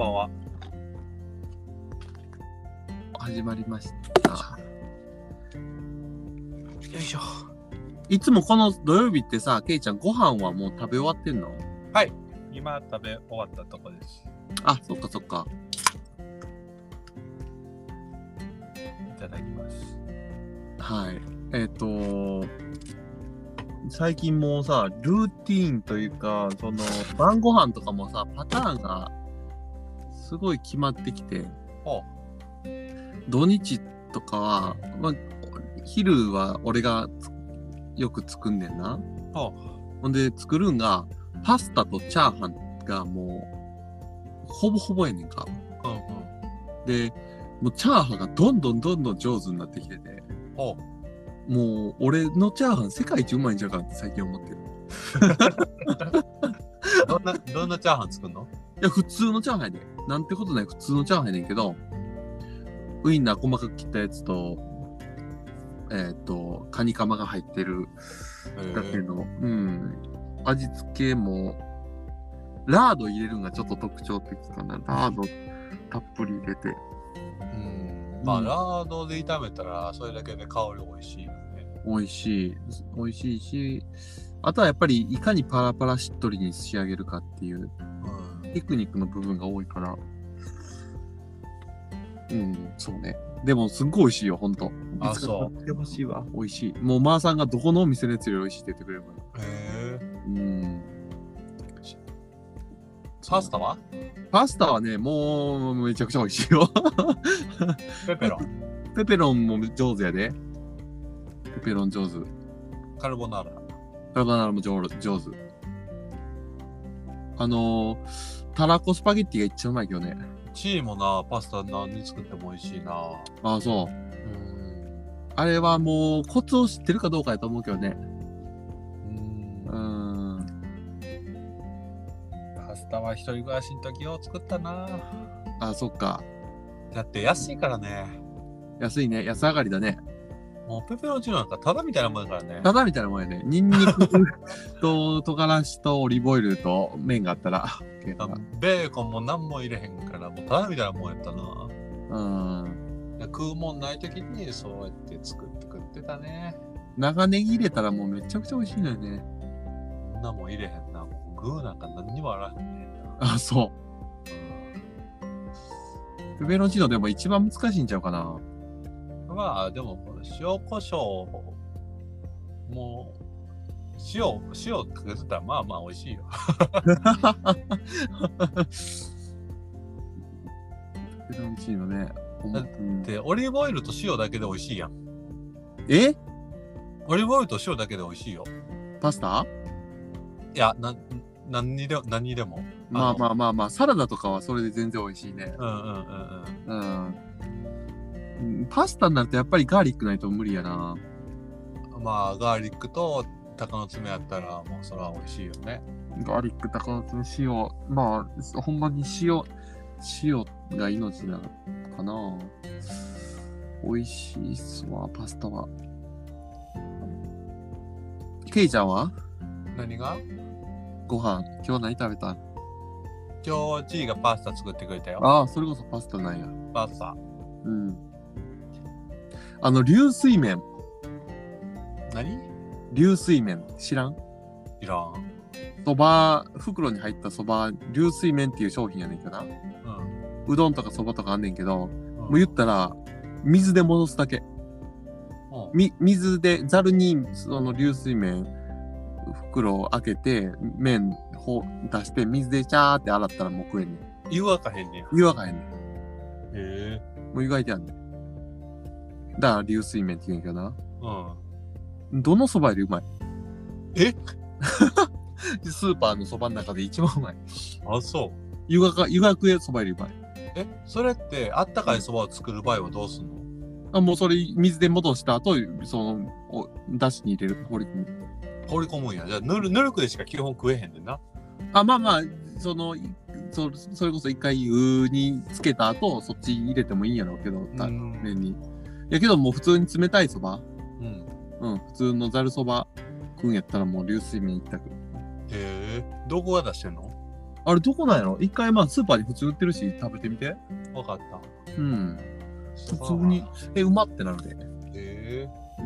ばんは。 始まりました。 よいしょ。 いつもこの土曜日ってさ、ケイちゃんご飯はもう食べ終わってんの？ はい。今食べ終わったとこです。 あ、そっかそっか。 いただきます。 はい。最近もうさ、ルーティーンというか、その晩ご飯とかもさ、パターンがすごい決まってきて、土日とかは、昼は俺がよく作んねんな。ほんで作るんがパスタとチャーハンがもうほぼほぼやねんか。で、もうチャーハンがどんどん上手になってきてて、もう俺のチャーハン世界一うまいんじゃうかって最近思ってる。 どんなチャーハン作るの？ いや、普通のチャーハンやで。なんてことない普通のチャーハンやねんけど、ウインナー細かく切ったやつと、カニカマが入ってるだけの、味付けも、ラード入れるのがちょっと特徴的かな。ラードたっぷり入れて。 まあ、ラードで炒めたら、それだけで香り美味しいよね。 美味しいし、あとはやっぱりいかにパラパラしっとりに仕上げるかっていう、テクニックの部分が多いから、そうね。でもすっごい美味しいよ、ほんと。 あ、そう。 買ってほしいわ。美味しい。もうマーさんがどこのお店のやつより美味しいって言ってくれるから。パスタはね、もうめちゃくちゃ美味しいよ。ペペロンも上手やで。ペペロン上手。 カルボナーラも上手。たらこスパゲッティが一番うまいけどね。 チーもな、パスタ何作っても美味しいな。 あ、そう。あれはもうコツを知ってるかどうかやと思うけどね。 パスタは一人暮らしの時を作ったな。 あ、そっか。 だって安いからね。 安いね。安上がりだね。 もうペペロンチーノなんかタダみたいなもんだからね。 タダみたいなもんやね。ニンニクと唐辛子とオリーブオイルと麺があったら。 ベーコンも何も入れへんから、もうタダみたいなもんやったな。食うもんない時にそうやって作って食ってたね。 長ネギ入れたらもうめちゃくちゃ美味しいのよね。 そんなもん入れへんな。もうグーなんか何にもあらへんね。 あ、そう。ペペロンチーノでも一番難しいんちゃうかな。 まあでも塩コショウもう塩かけてたらまあまあ美味しいよ。 ペペロンチーノね。 でオリーブオイルと塩だけで美味しいやん。 え？ オリーブオイルと塩だけで美味しいよ。 パスタ？ いや、何にでも。 まあ、サラダとかはそれで全然美味しいね。パスタになるとやっぱりガーリックないと無理やな。 まあ、ガーリックと鷹の爪やったらもうそれは美味しいよね。 ガーリック、鷹の爪、塩。まあ、ほんまに塩が命なのかな。美味しいっすわ、パスタは。ケイちゃんは？ 何が？ ご飯。今日何食べた？ 今日、チーがパスタ作ってくれたよ。 ああ、それこそパスタなんや。 パスタ。 流水麺。 何？ 流水麺。知らん？ 知らん。 そば、袋に入ったそば、流水麺っていう商品やねんけどな。うどんとかそばとかあんねんけど、もう言ったら、水で戻すだけ。水で、ざるに、その流水麺、袋を開けて、麺を出して、水でチャーって洗ったらもう食えんねん。 湯沸かへんねん。 湯沸かへんねん。 へもう湯がいてあんねん。だから流水麺って言うんやけどな。どのそばよりうまい。スーパーのそばの中で一番うまい。 あ、そう。 湯がくそばよりうまい。 それってあったかいそばを作る場合はどうすんの？ もうそれ水で戻した後、そのだしに入れる。放り込むんや。じゃあぬるくでしか基本食えへんねんな。 まあそれこそ一回湯につけた後そっち入れてもいいんやろうけど、麺に。やけどもう普通に冷たいそば、普通のざるそば食うんやったらもう流水麺一択。 どこが出してんの？ あれどこなんやろ？一回まあスーパーに普通売ってるし食べてみて。 わかった。 うん。普通に、うまってなるで。うん。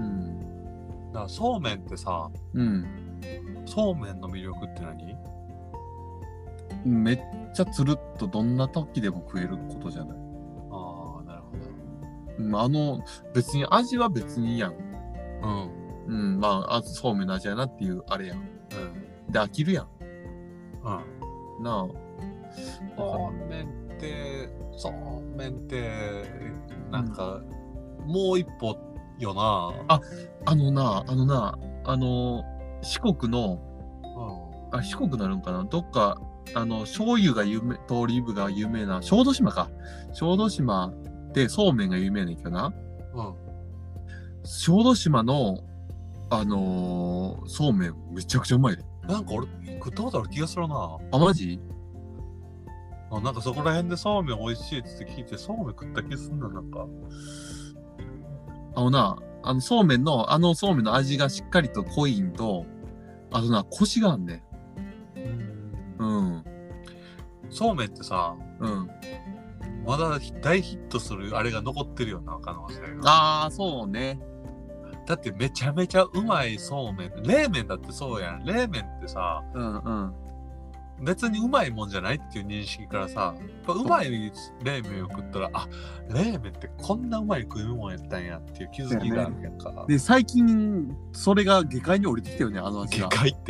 だからそうめんってさ、 うん。 そうめんの魅力って何？ めっちゃつるっとどんな時でも食えることじゃない。 ああ、なるほど。別に味は別にいいやん。 うん。 うん、まあ、そうめんの味やなっていうあれやん。 うん。 で、飽きるやん。 うん。 なあ。 そうめんって、なんか、もう一歩よな。 四国の、四国なるんかな、どっか、醤油がとオリーブが有名な、小豆島か。小豆島でそうめんが有名ねんけどな。 うん。 小豆島の、そうめんめちゃくちゃうまいで。 なんか俺、食ったことある気がするな。 あ、マジ？ なんかそこら辺でそうめん美味しいって聞いて、そうめん食った気すんな、なんか。 そうめんの味がしっかりと濃いんと、あとな、コシがあんね。うん。 そうめんってさ、 うん。 まだ大ヒットするあれが残ってるよな、可能性が。 ああ、そうね。 だってめちゃめちゃうまいそうめん。冷麺だってそうやん。冷麺ってさ、 うんうん。 別にうまいもんじゃないっていう認識からさ、うまい冷麺を食ったら、あ、冷麺ってこんなうまい食い物やったんやっていう気づきがあるやんか。 で、最近、それが下界に降りてきたよね、あの味が。 下界って。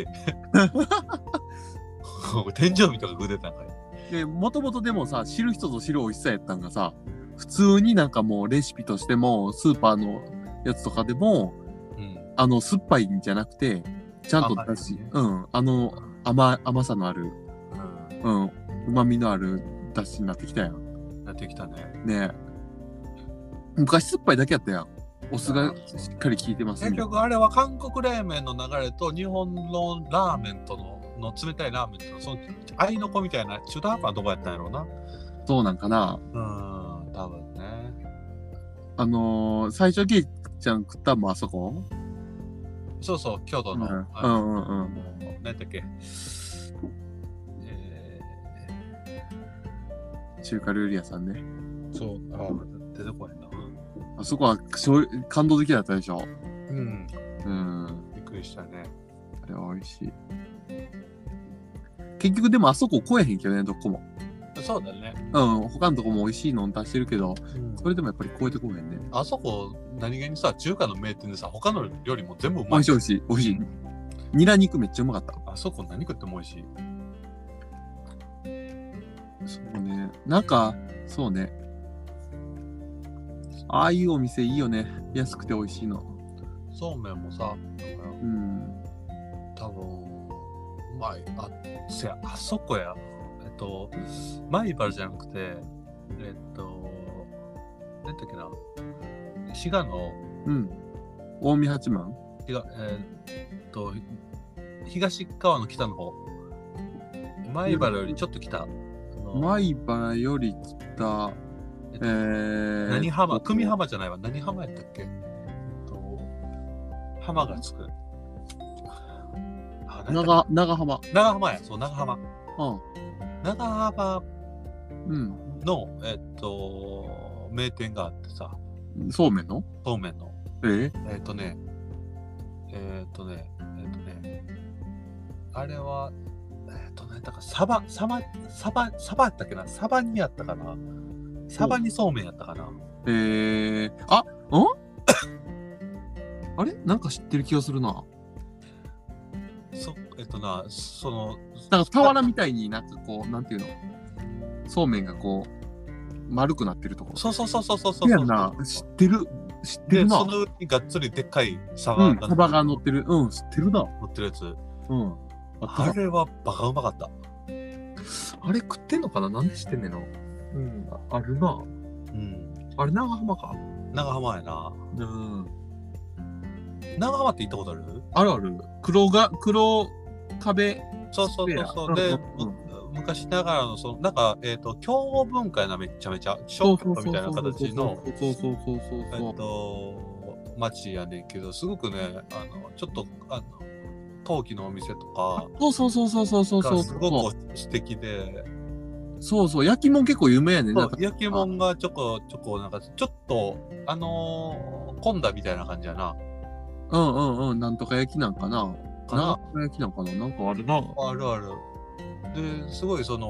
天井人が食うてたんかい。 で、もともとでもさ、知る人ぞ知る美味しさやったんがさ、普通になんかもうレシピとしても、スーパーのやつとかでも、酸っぱいんじゃなくて、ちゃんとだし、甘さのある、旨味のあるだしになってきたやん。 なってきたね。 ねえ。昔酸っぱいだけやったやん。お酢がしっかり効いてますね。 結局あれは韓国冷麺の流れと日本のラーメンとの冷たいラーメンとのその合いの子みたいな中途半端なとこやったんやろうな。 そうなんかな。 多分ね。 最初ケイちゃん食ったもんあそこ？ そうそう、京都の。何だっけ。 中華料理屋さんね。 そう、出てこへんな。 あそこは感動的だったでしょ。 びっくりしたね。 あれは美味しい。結局でもあそこ超えへんけどね、どこも。 そうだね。 他のとこも美味しいの出してるけど、それでもやっぱり超えてこへんね。 あそこ、何気にさ、中華の名店でさ、他の料理も全部うまい。 美味しい。ニラ肉めっちゃうまかった。 あそこ何食っても美味しい。 そうね。なんか、そうね。ああいうお店いいよね。安くて美味しいの。 そうめんもさ、多分、うまい。あそこや。米原じゃなくて、なんだっけな。滋賀の、 近江八幡？ 東側の北の方。米原よりちょっと北。 米原より北、 何浜？久美浜じゃないわ。何浜やったっけ？浜がつく。 長浜。 長浜や。そう、長浜。長浜の、名店があってさ。 そうめんの？ そうめんの。あれは、だからサバやったっけな？サバにやったかな？サバにそうめんやったかな？ あれなんか知ってる気がするな。 だから俵みたいになんかこう、なんていうの？そうめんがこう、丸くなってるところ。 そう。 やんな。知ってるな。 その上にがっつりでっかいサバが乗ってる。知ってるな。 乗ってるやつ。あれはバカうまかった。 あれ食ってんのかな？なんで知ってんねんの？あるな。あれ長浜か？ 長浜やな。長浜って行ったことある？ ある。黒壁。 そう。で、昔ながらの、なんか、共和文化やな、めちゃめちゃ。ショーケットみたいな形の、町やねんけど、すごくね、ちょっと、 陶器のお店とかそうそうそうそうそうそうそう。 がすごく素敵で、 そうそう、焼き物結構有名やね。なんか焼き物がちょこなんかちょっと混んだみたいな感じやな。 うんうんうん、なんとか焼きなんかな。 かな。 なんとか焼きなんかな。なんかあるな。 あるある。で、すごいそう、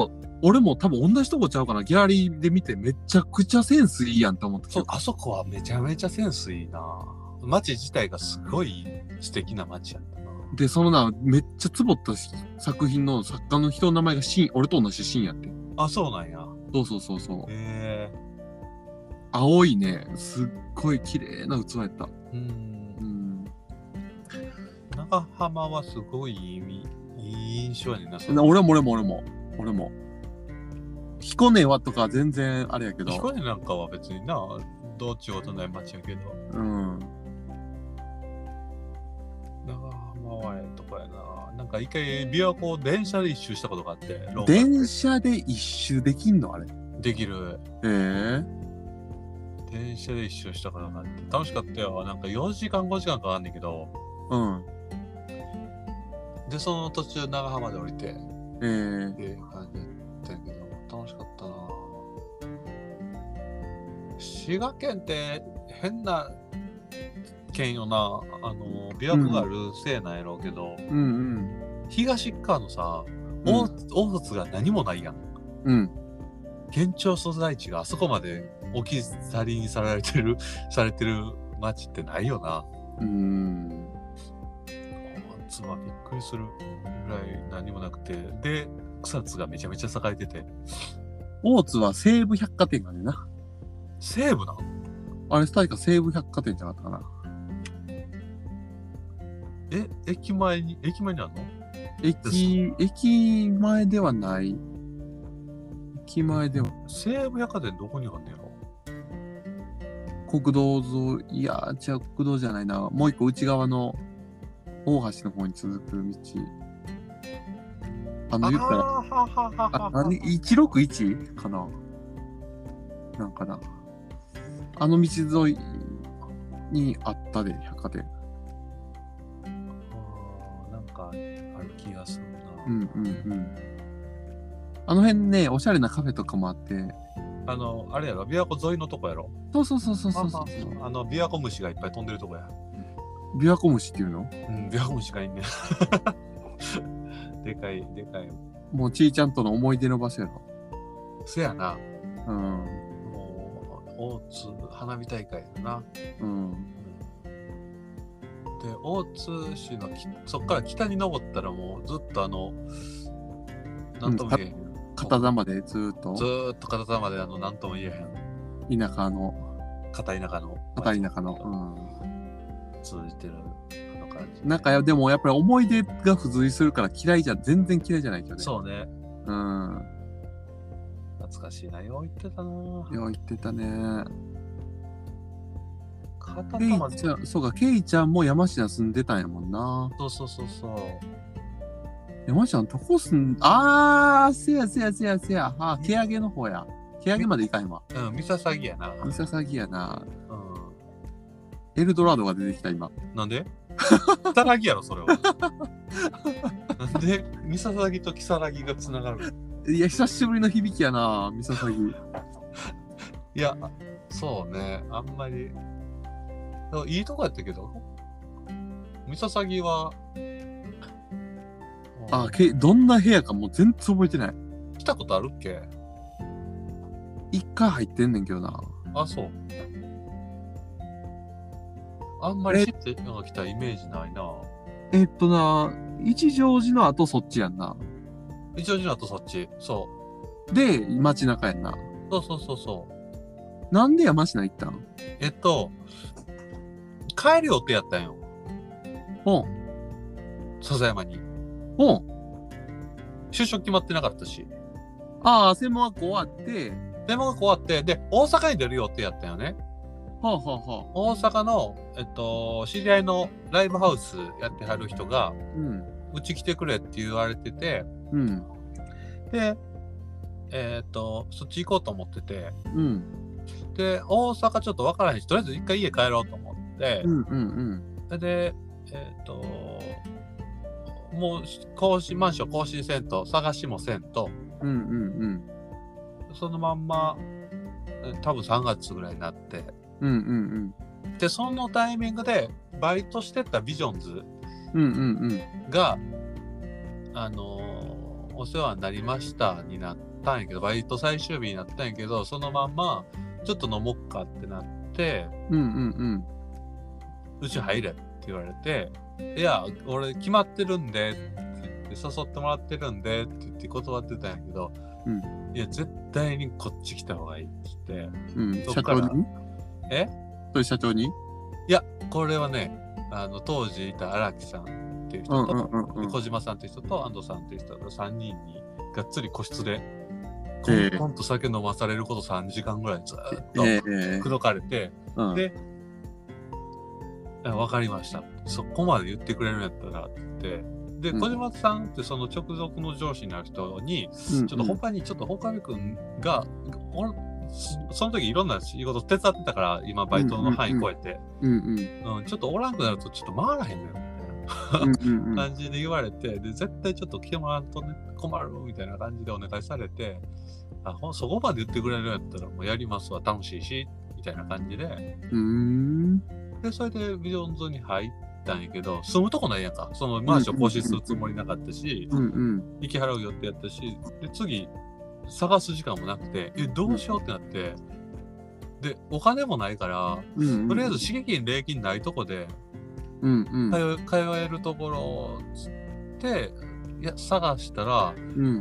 俺も多分同じとこちゃうかな。ギャラリーで見てめちゃくちゃセンスいいやんって思ったけど。 あそこはめちゃめちゃセンスいいな。街自体がすごい素敵な街やったな。 で、そのめっちゃつぼった作品の作家の人の名前が俺と同じシーンやって。 あ、そうなんや。 そうそうそうそう。 へえ。 青いね、すっごい綺麗な器やった。 長浜はすごいいい印象やねんな。 俺も。彦根はとか全然あれやけど。 彦根なんかは別にな、どうちゅうことない街やけど。長浜はとかやな。なんか一回琵琶湖を電車で一周したことがあって。 電車で一周できんのあれ？ できる。電車で一周したことがあって楽しかったよ。なんか4時間5時間かかんねんけど。で、その途中長浜で降りて。っていう感じだったけど、楽しかったな。滋賀県って変な県よな。琵琶湖があるせいなんやろうけど、東側のさ、大津が何もないやん。県庁所在地があそこまで置き去りにされてる町ってないよな。大津はびっくりするぐらい何もなくて、で、草津がめちゃめちゃ栄えてて。 大津は西武百貨店がねな。 西武なの？ あれ、確か西武百貨店じゃなかったかな。 駅前にあるの？ 駅前ではない。駅前では。 西武百貨店どこにあるんのやろ？ 国道沿い、いや、違う、国道じゃないな。もう一個内側の大橋の方に続く道。言ったら、161? かな？なんかな。道沿いにあったで、百貨店。 なんかある気がするな。 あの辺ね、おしゃれなカフェとかもあって。 あれやろ、琵琶湖沿いのとこやろ。 そう。 琵琶湖虫がいっぱい飛んでるとこや。 琵琶湖虫っていうの？ 琵琶湖虫がいいね。でかい。 もうちーちゃんとの思い出の場所やろ。 せやな。もう、大津花火大会やな。で、大津市のそっから北に登ったらもうずっとなんとも言えへん。 片田までずーっと片田までなんとも言えへん。片田舎の。 通じてる感じ。 なんかでもやっぱり思い出が付随するから全然嫌いじゃないけどね。 そうね。懐かしいな。よう言ってたな。 よう言ってたね。 そうケイちゃんも山科住んでたんやもんな。 そう。 山科のどこせや。毛上げの方や。毛上げまで行かへんわ。 ミササギやな。 エルドラードが出てきた今。 なんで？キサラギやろそれは。なんでミササギとキサラギがつながる？ いや久しぶりの響きやな、ミササギ。 いやそうね、あんまりいいとこやったけど、ミササギはどんな部屋かもう全然覚えてない。 来たことあるっけ？ 一回入ってんねんけどな。 あ、そう。あんまり来たイメージないな。 一乗寺の後そっちやんな。 一乗寺の後そっち。そう。 で、街中やんな。 そう。 なんで山科行ったん？ 帰る予定やったんよ。笹山に。就職決まってなかったし。 専門学校終わって。で、大阪に出る予定やったよね。大阪の、知り合いのライブハウスやってはる人が、うち来てくれって言われてて、で、そっち行こうと思ってて、で、大阪ちょっと分からへんし、とりあえず一回家帰ろうと思って、で、 もうマンション更新せんと、探しもせんと、そのまんま、多分3月ぐらいになって、で、そのタイミングで、バイトしてたビジョンズが、お世話になりましたになったんやけど、バイト最終日になったんやけど、そのまんま、ちょっと飲もっかってなって、うち入れって言われて、いや、俺決まってるんでって言って誘ってもらってるんでって言って断ってたんやけど、いや、絶対にこっち来た方がいいって言って、 社長にそれ社長に？ いや、これはね、当時いた荒木さんっていう人と、小島さんっていう人と安藤さんっていう人が3人にがっつり個室で、コンと酒飲まされること3時間ぐらいずっと口説かれて、で、わかりました。そこまで言ってくれるんやったらって言って、で、小島さんってその直属の上司になる人に、ちょっと他に、ちょっと岡部くんが、その時いろんな仕事手伝ってたから、今バイトの範囲超えて、ちょっとおらんくなるとちょっと回らへんのよ、みたいな感じで言われて、で、絶対ちょっと来てもらうとね、困るみたいな感じでお願いされて、そこまで言ってくれるんやったらもうやりますわ、楽しいし、みたいな感じで、で、それでビジョンズに入ったんやけど、住むとこないやんか。そのマンション更新するつもりなかったし、行き払う予定やったし、で、次、探す時間もなくて、どうしようってなって、で、お金もないから、とりあえず刺激金、礼金ないとこで、通えるところで、探したら、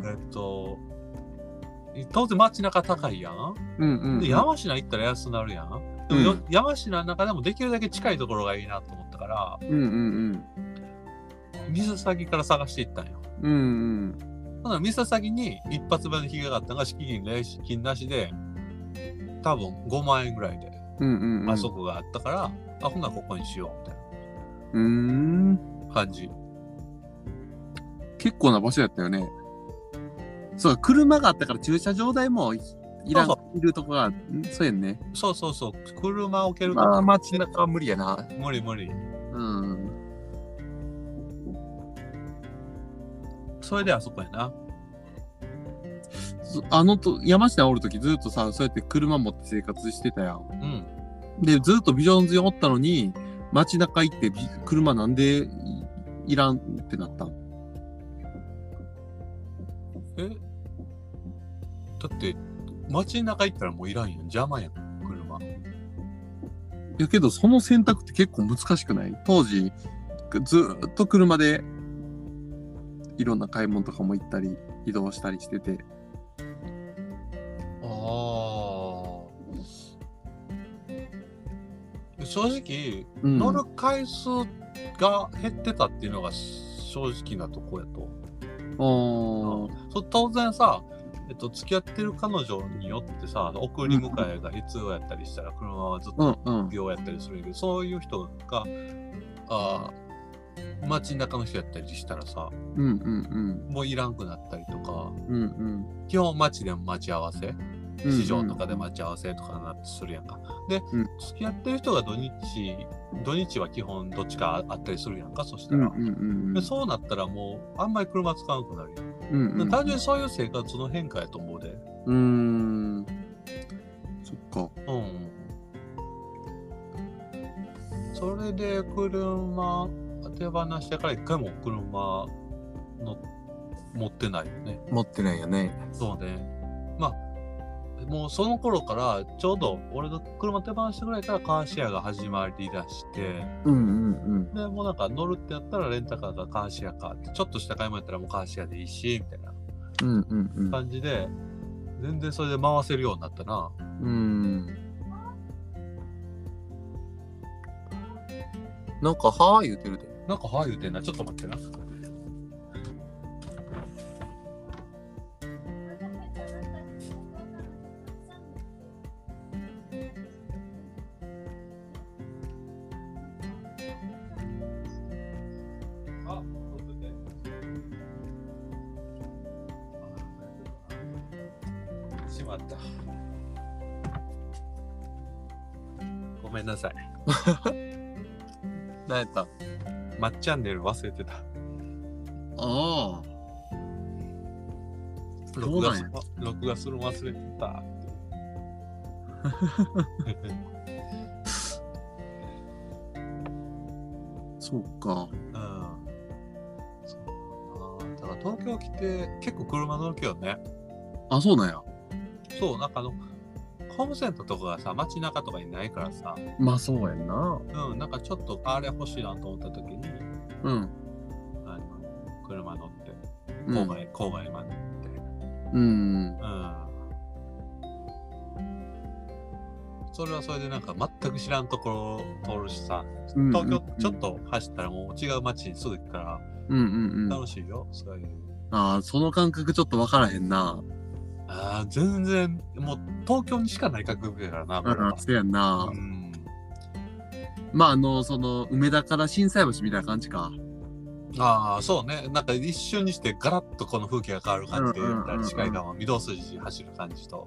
当然街中高いやん。で、山科行ったら安なるやん。でも山科の中でもできるだけ近いところがいいなと思ったから、水先から探していったんよ。だから水先に一発目の日がかったのが敷金、礼金なしで、多分5万円ぐらいで、あそこがあったから、ほんならここにしようみたいな感じ。 結構な場所やったよね。そう、車があったから駐車場代もいるとこが、そうやんね。 そう。車を置けるとこ。 街中は無理やな。 無理。それであそこやな。 山下おるときずっとさ、そうやって車持って生活してたやん。で、ずっとビジョンズにおったのに、街中行って車なんでいらんってなったん？ だって街中行ったらもういらんやん、邪魔やん、車。 やけどその選択って結構難しくない？当時ずっと車でいろんな買い物とかも行ったり移動したりしてて。 正直、乗る回数が減ってたっていうのが正直なとこやと。当然さ、付き合ってる彼女によってさ、送り迎えが必要やったりしたら、車はずっと不要やったりするけど、そういう人が街中の人やったりしたらさ、もういらんくなったりとか、基本街でも待ち合わせ、市場とかで待ち合わせとかなってするやんか。で、付き合ってる人が土日は基本どっちかあったりするやんか、そしたら。でそうなったらもうあんまり車使わなくなるやん。単純にそういう生活の変化やと思うで。 そっか。 それで車手放してから一回も車持ってないよね。 持ってないよね。 そうね。まあもうその頃からちょうど俺が車手放したぐらいからカーシェアが始まりだして、でもうなんか乗るってやったらレンタカーかカーシェアかって、ちょっとした買い物やったらもうカーシェアでいいしみたいな感じで、全然それで回せるようになったな。 なんかはー言うてるで。 なんかはー言うてんな。ちょっと待ってな。しまった。ごめんなさい。 何やった？ マッチャンネル忘れてた。 ああ。 録画するの忘れてたって。 そうか。 うん。そうだから東京来て結構車乗るけどね。 あ、そうなんや。 そう、なんかホームセンターとかがさ、街中とかにないからさ。 まあそうやんな。 うん、なんかちょっとあれ欲しいなと思った時に、 うん。 車乗って、郊外まで行って。 うん。 うん。それはそれでなんか全く知らんところ通るしさ、東京ちょっと走ったらもう違う街にすぐ行くから、楽しいよ、そういう。 ああ、その感覚ちょっと分からへんな。 ああ、全然、もう東京にしかない感覚やからな、これは。 そうやんな。うん、まあその梅田から心斎橋みたいな感じか。 ああ、そうね。なんか一瞬にしてガラッとこの風景が変わる感じで、近い側は御堂筋走る感じと。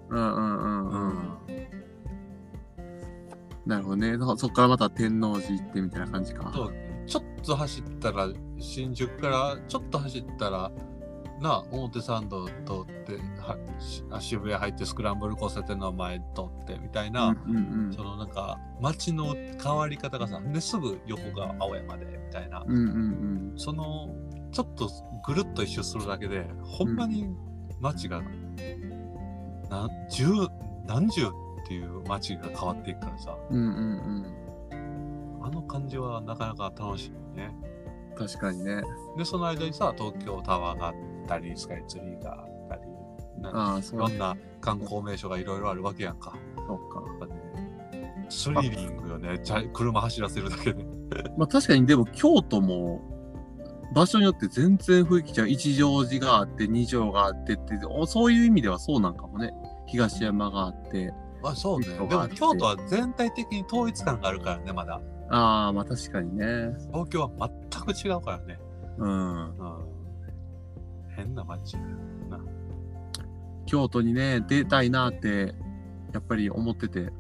なるほどね。そっからまた天王寺行ってみたいな感じか。 ちょっと走ったら、新宿からちょっと走ったら、表参道通って渋谷入ってスクランブル交差点の前通ってみたいな、そのなんか街の変わり方がさ、ですぐ横が青山でみたいな、そのちょっとぐるっと一周するだけでほんまに街が何十っていう街が変わっていくからさ、あの感じはなかなか楽しいね。 確かにね。 でその間にさ、東京タワーがあったりスカイツリーがあったり、いろんな観光名所がいろいろあるわけやんか。 そうか。 やっぱね、スリリングよね。車走らせるだけで。 まあ確かにでも京都も場所によって全然雰囲気じゃん。一乗寺があって二条があってってそういう意味ではそうなんかもね。東山があって。 まあそうね。でも京都は全体的に統一感があるからね、まだ。 ああ、まあ確かにね。 東京は全く違うからね。変な街だよな。 京都にね、出たいなって、やっぱり思ってて。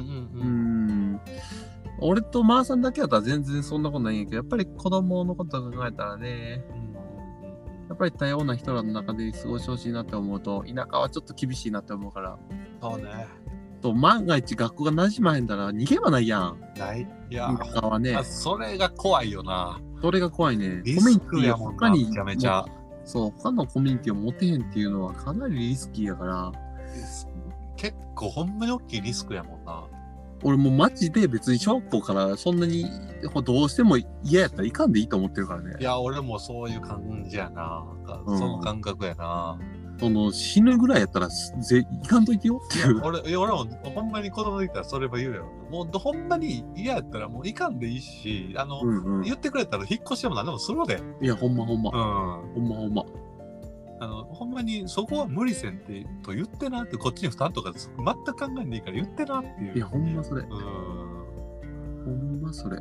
俺とマーさんだけだったら全然そんなことないんやけど、やっぱり子供のことを考えたらね、やっぱり多様な人らの中で過ごしてほしいなって思うと、田舎はちょっと厳しいなって思うから。 そうね。 万が一学校が馴染まへんだら逃げ場ないやん。 ない。いや、 田舎はね。 それが怖いよな。 それが怖いね。 リスクやもんな、めちゃめちゃ。 そう、他のコミュニティを持てへんっていうのはかなりリスキーやから。 結構ほんまに大きいリスクやもんな。 俺もマジで別に小学校からそんなにどうしても嫌やったらいかんでいいと思ってるからね。 いや、俺もそういう感じやな。その感覚やな。 死ぬぐらいやったらいかんといてよっていう。 俺もほんまに子供でいたらそれも言うよ。もうほんまに嫌やったらもういかんでいいし、言ってくれたら引っ越しても何でもするで。 いや、ほんま。ほんまにそこは無理せんってと言ってなって、こっちに負担とか全く考えんでいいから言ってなっていう。 いや、ほんまそれ。ほんまそれ。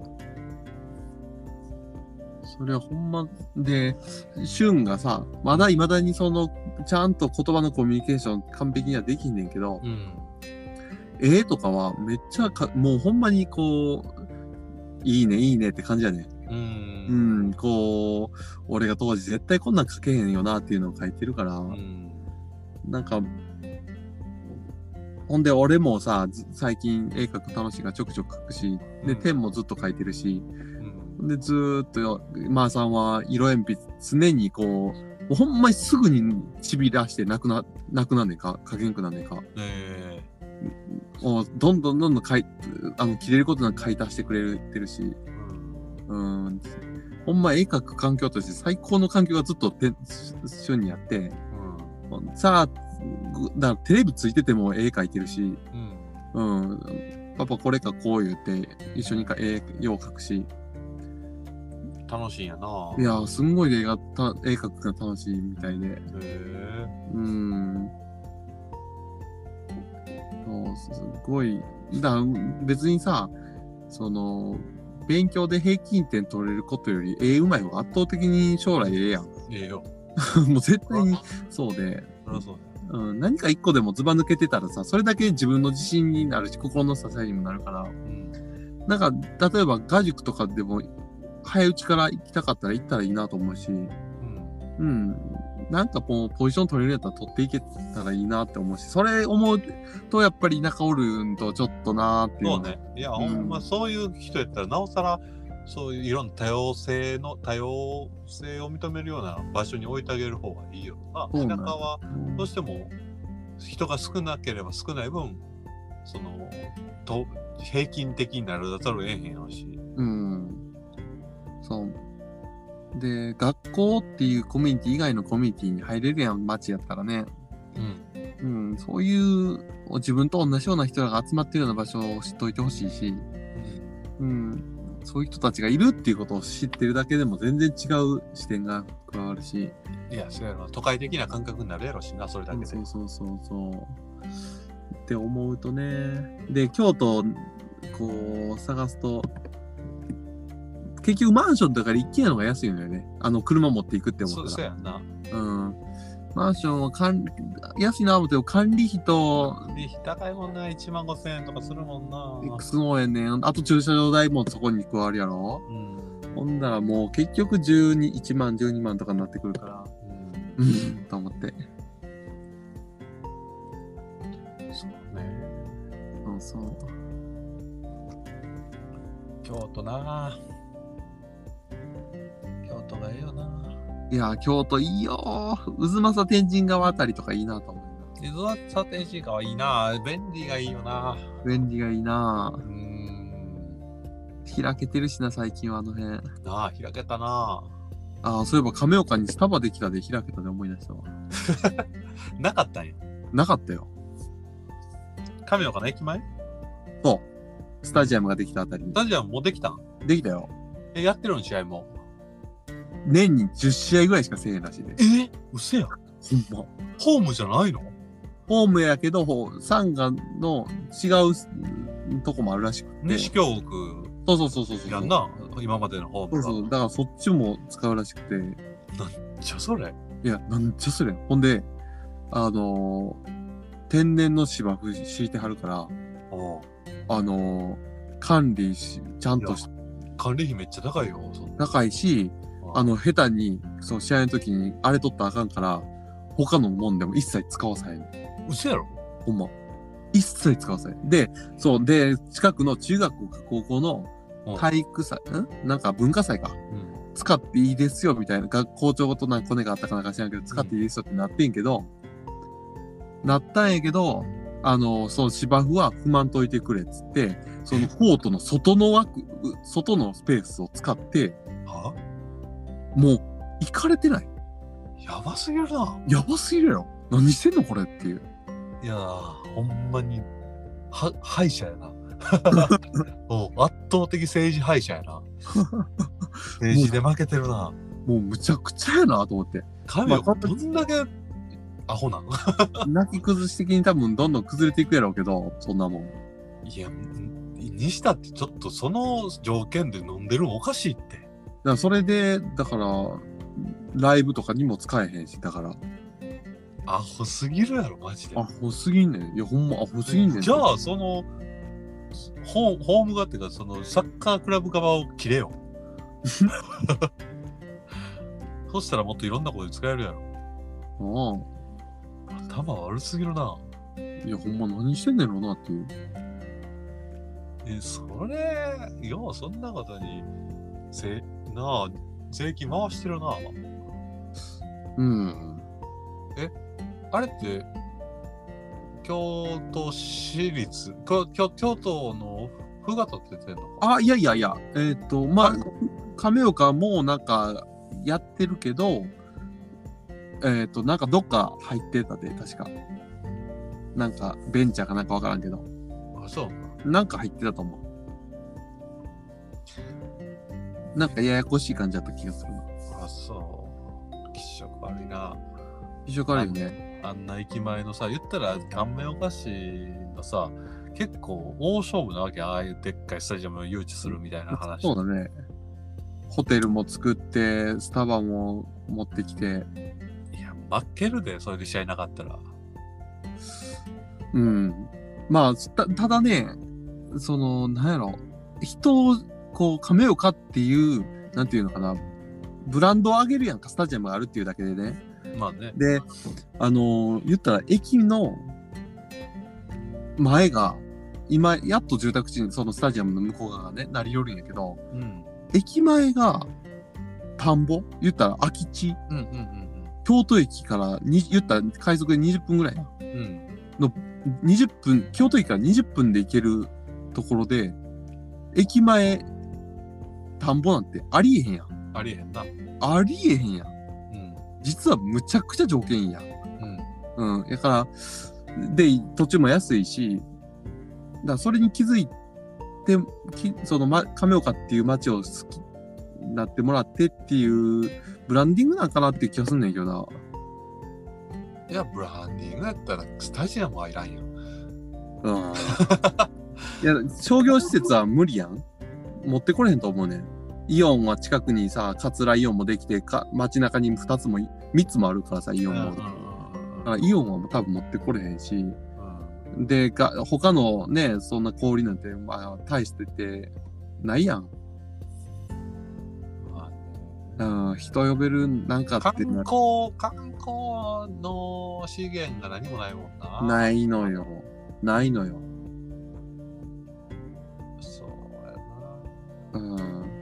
それはほんまで、シュンがさ、まだ未だにちゃんと言葉のコミュニケーション完璧にはできんねんけど、とかはめっちゃもうほんまにいいねって感じやね。俺が当時絶対こんなん書けへんよなっていうのを書いてるから、なんか、ほんで俺もさ、最近絵描く楽しいがちょくちょく描くし、で、ペンもずっと描いてるし、で、ずーっと、まーさんは色鉛筆、常にほんまにすぐにちびらしてなくなんねんか、書けんくなんねんか。どんどん切れることなく書い足してくれてるし、ほんま絵描く環境として最高の環境がずっと旬にあって、さあ、だからテレビついてても絵描いてるし、パパこれかこう言って一緒に絵を描くし、 楽しいんやな。 いや、すんごい絵描くの楽しいみたいで。すごい。別にさ、勉強で平均点取れることより絵うまい方が圧倒的に将来ええやん。 ええよ。 もう絶対にそうで。何か一個でもずば抜けてたらさ、それだけ自分の自信になるし、心の支えにもなるから。なんか、例えば画塾とかでも、早いうちから行きたかったら行ったらいいなと思うし、 うん。なんかこう、ポジション取れるやったら取っていけたらいいなって思うし、それ思うと、やっぱり田舎おるんとちょっとなーっていう。 そうね。いや、ほんまそういう人やったら、なおさら、そういういろんな多様性を認めるような場所に置いてあげる方がいいよな。田舎は、どうしても人が少なければ少ない分、平均的になるだざるを得へんやろし。 うん。そう。で、学校っていうコミュニティ以外のコミュニティに入れるやん、街やったらね。うん。そういう自分と同じような人らが集まってるような場所を知っといてほしいし、そういう人たちがいるっていうことを知ってるだけでも全然違う視点が加わるし。 いや、そうやろ。都会的な感覚になるやろしな、それだけで。 そう。って思うとね。で、京都、こう、探すと、結局マンションとかで一軒家の方が安いのよね。車持っていくって思ったら。 そうやんな。 マンションは安いな思っても管理費と。 管理費高いもんな。15,000円とかするもんな。 すごいね。あと駐車場代もそこに加わるやろ。ほんだらもう結局1万、12万とかになってくるから。と思って。 そうね。 そう。 京都な。京都がいいよな。 いや、京都いいよ。渦政天神川あたりとかいいなと思う。 渦政天神川いいな。便利がいいよな。 便利がいいな。開けてるしな、最近はあの辺。 なあ、開けたな。 そういえば亀岡にスタバできたで開けたで思い出したわ。 なかったんや。 なかったよ。 亀岡の駅前？ そう。スタジアムができたあたりに。 スタジアムもうできたん？ できたよ。 やってるん試合も。 年に10試合ぐらいしかせえへんらしいで。 嘘やん。 ほんま。 ホームじゃないの？ ホームやけど、サンガの違うとこもあるらしくて。 西京区。 そう。 やんな、今までのホームが。 そう。だからそっちも使うらしくて。なんじゃそれ？ いや、なんじゃそれ。ほんで、天然の芝生敷いてはるから、管理ちゃんとし管理費めっちゃ高いよ。 高いし、下手に、試合の時にあれ取ったらあかんから、他のもんでも一切使わさへん。 嘘やろ？ ほんま。一切使わさへん。で、近くの中学校か高校の体育祭、なんか文化祭か。使っていいですよ、みたいな。校長となんかコネがあったかなんか知らんけど、使っていいですよってなってんけど、その芝生は不満といてくれっつって、そのコートの外のスペースを使って、もう、行かれてない。 やばすぎるな。 やばすぎるやろ。何してんのこれっていう。 いやー、ほんまに、敗者やな。圧倒的政治敗者やな。政治で負けてるな。 もうむちゃくちゃやなと思って。 神はどんだけアホなの？ 泣き崩し的に多分どんどん崩れていくやろうけど、そんなもん。 いや、にしたってちょっとその条件で飲んでるのおかしいって。だからそれで、ライブとかにも使えへんし、だから。 アホすぎるやろ、マジで。 アホすぎんねん。いや、ほんまアホすぎんねん。 じゃあ、ホーム側っていうか、サッカークラブ側を切れよ。そしたらもっといろんなことで使えるやろ。頭悪すぎるな。 いや、ほんま何してんねんろなっていう。 そんなことに、税金回してるな。あれって、京都市立、京都の府が立ててんのか？ いや。亀岡もなんかやってるけど、なんかどっか入ってたで、確か。なんか、ベンチャーかなんかわからんけど。 そうなんか入ってたと思う。なんかややこしい感じだった気がするな。 気色悪いな。 気色悪いね。 あんな駅前のさ、言ったら亀岡市のさ、結構大勝負なわけ。ああいうでっかいスタジアムを誘致するみたいな話。 そうだね。ホテルも作って、スタバも持ってきて。 いや、負けるで、それで試合なかったら。 まあ、ただね、なんやろ、人を、亀岡っていう、なんていうのかな、 ブランドを上げるやんか、スタジアムがあるっていうだけでね。 まあね。 で、言ったら駅の前が、今、やっと住宅地にそのスタジアムの向こう側がね、なりよるんやけど、 うん。 駅前が田んぼ言ったら空き地、 うんうんうん京都駅から言ったら快速で20分ぐらいや。 うん。 の20分、京都駅から20分で行けるところで、駅前、田んぼなんてありえへんやん。 ありえへんな。 ありえへんやん。 うん。 実はむちゃくちゃ条件いいやん。 うん。 うん。だから、で、土地も安いし、だからそれに気づいて、亀岡っていう街を好きになってもらってっていうブランディングなんかなっていう気がすんねんけどな。 いや、ブランディングやったらスタジアムはいらんやん。 うん。いや、商業施設は無理やん。持ってこれへんと思うねん。イオンは近くにさ、桂イオンもできて街中に2つも3つもあるからさ、イオンも。だからイオンは多分持ってこれへんし、で、他のね、そんな小売りなんて、まあ、大してて、ないやん。人呼べるなんかって観光の資源が何もないもんな。 ないのよ。ないのよ。 そうやな。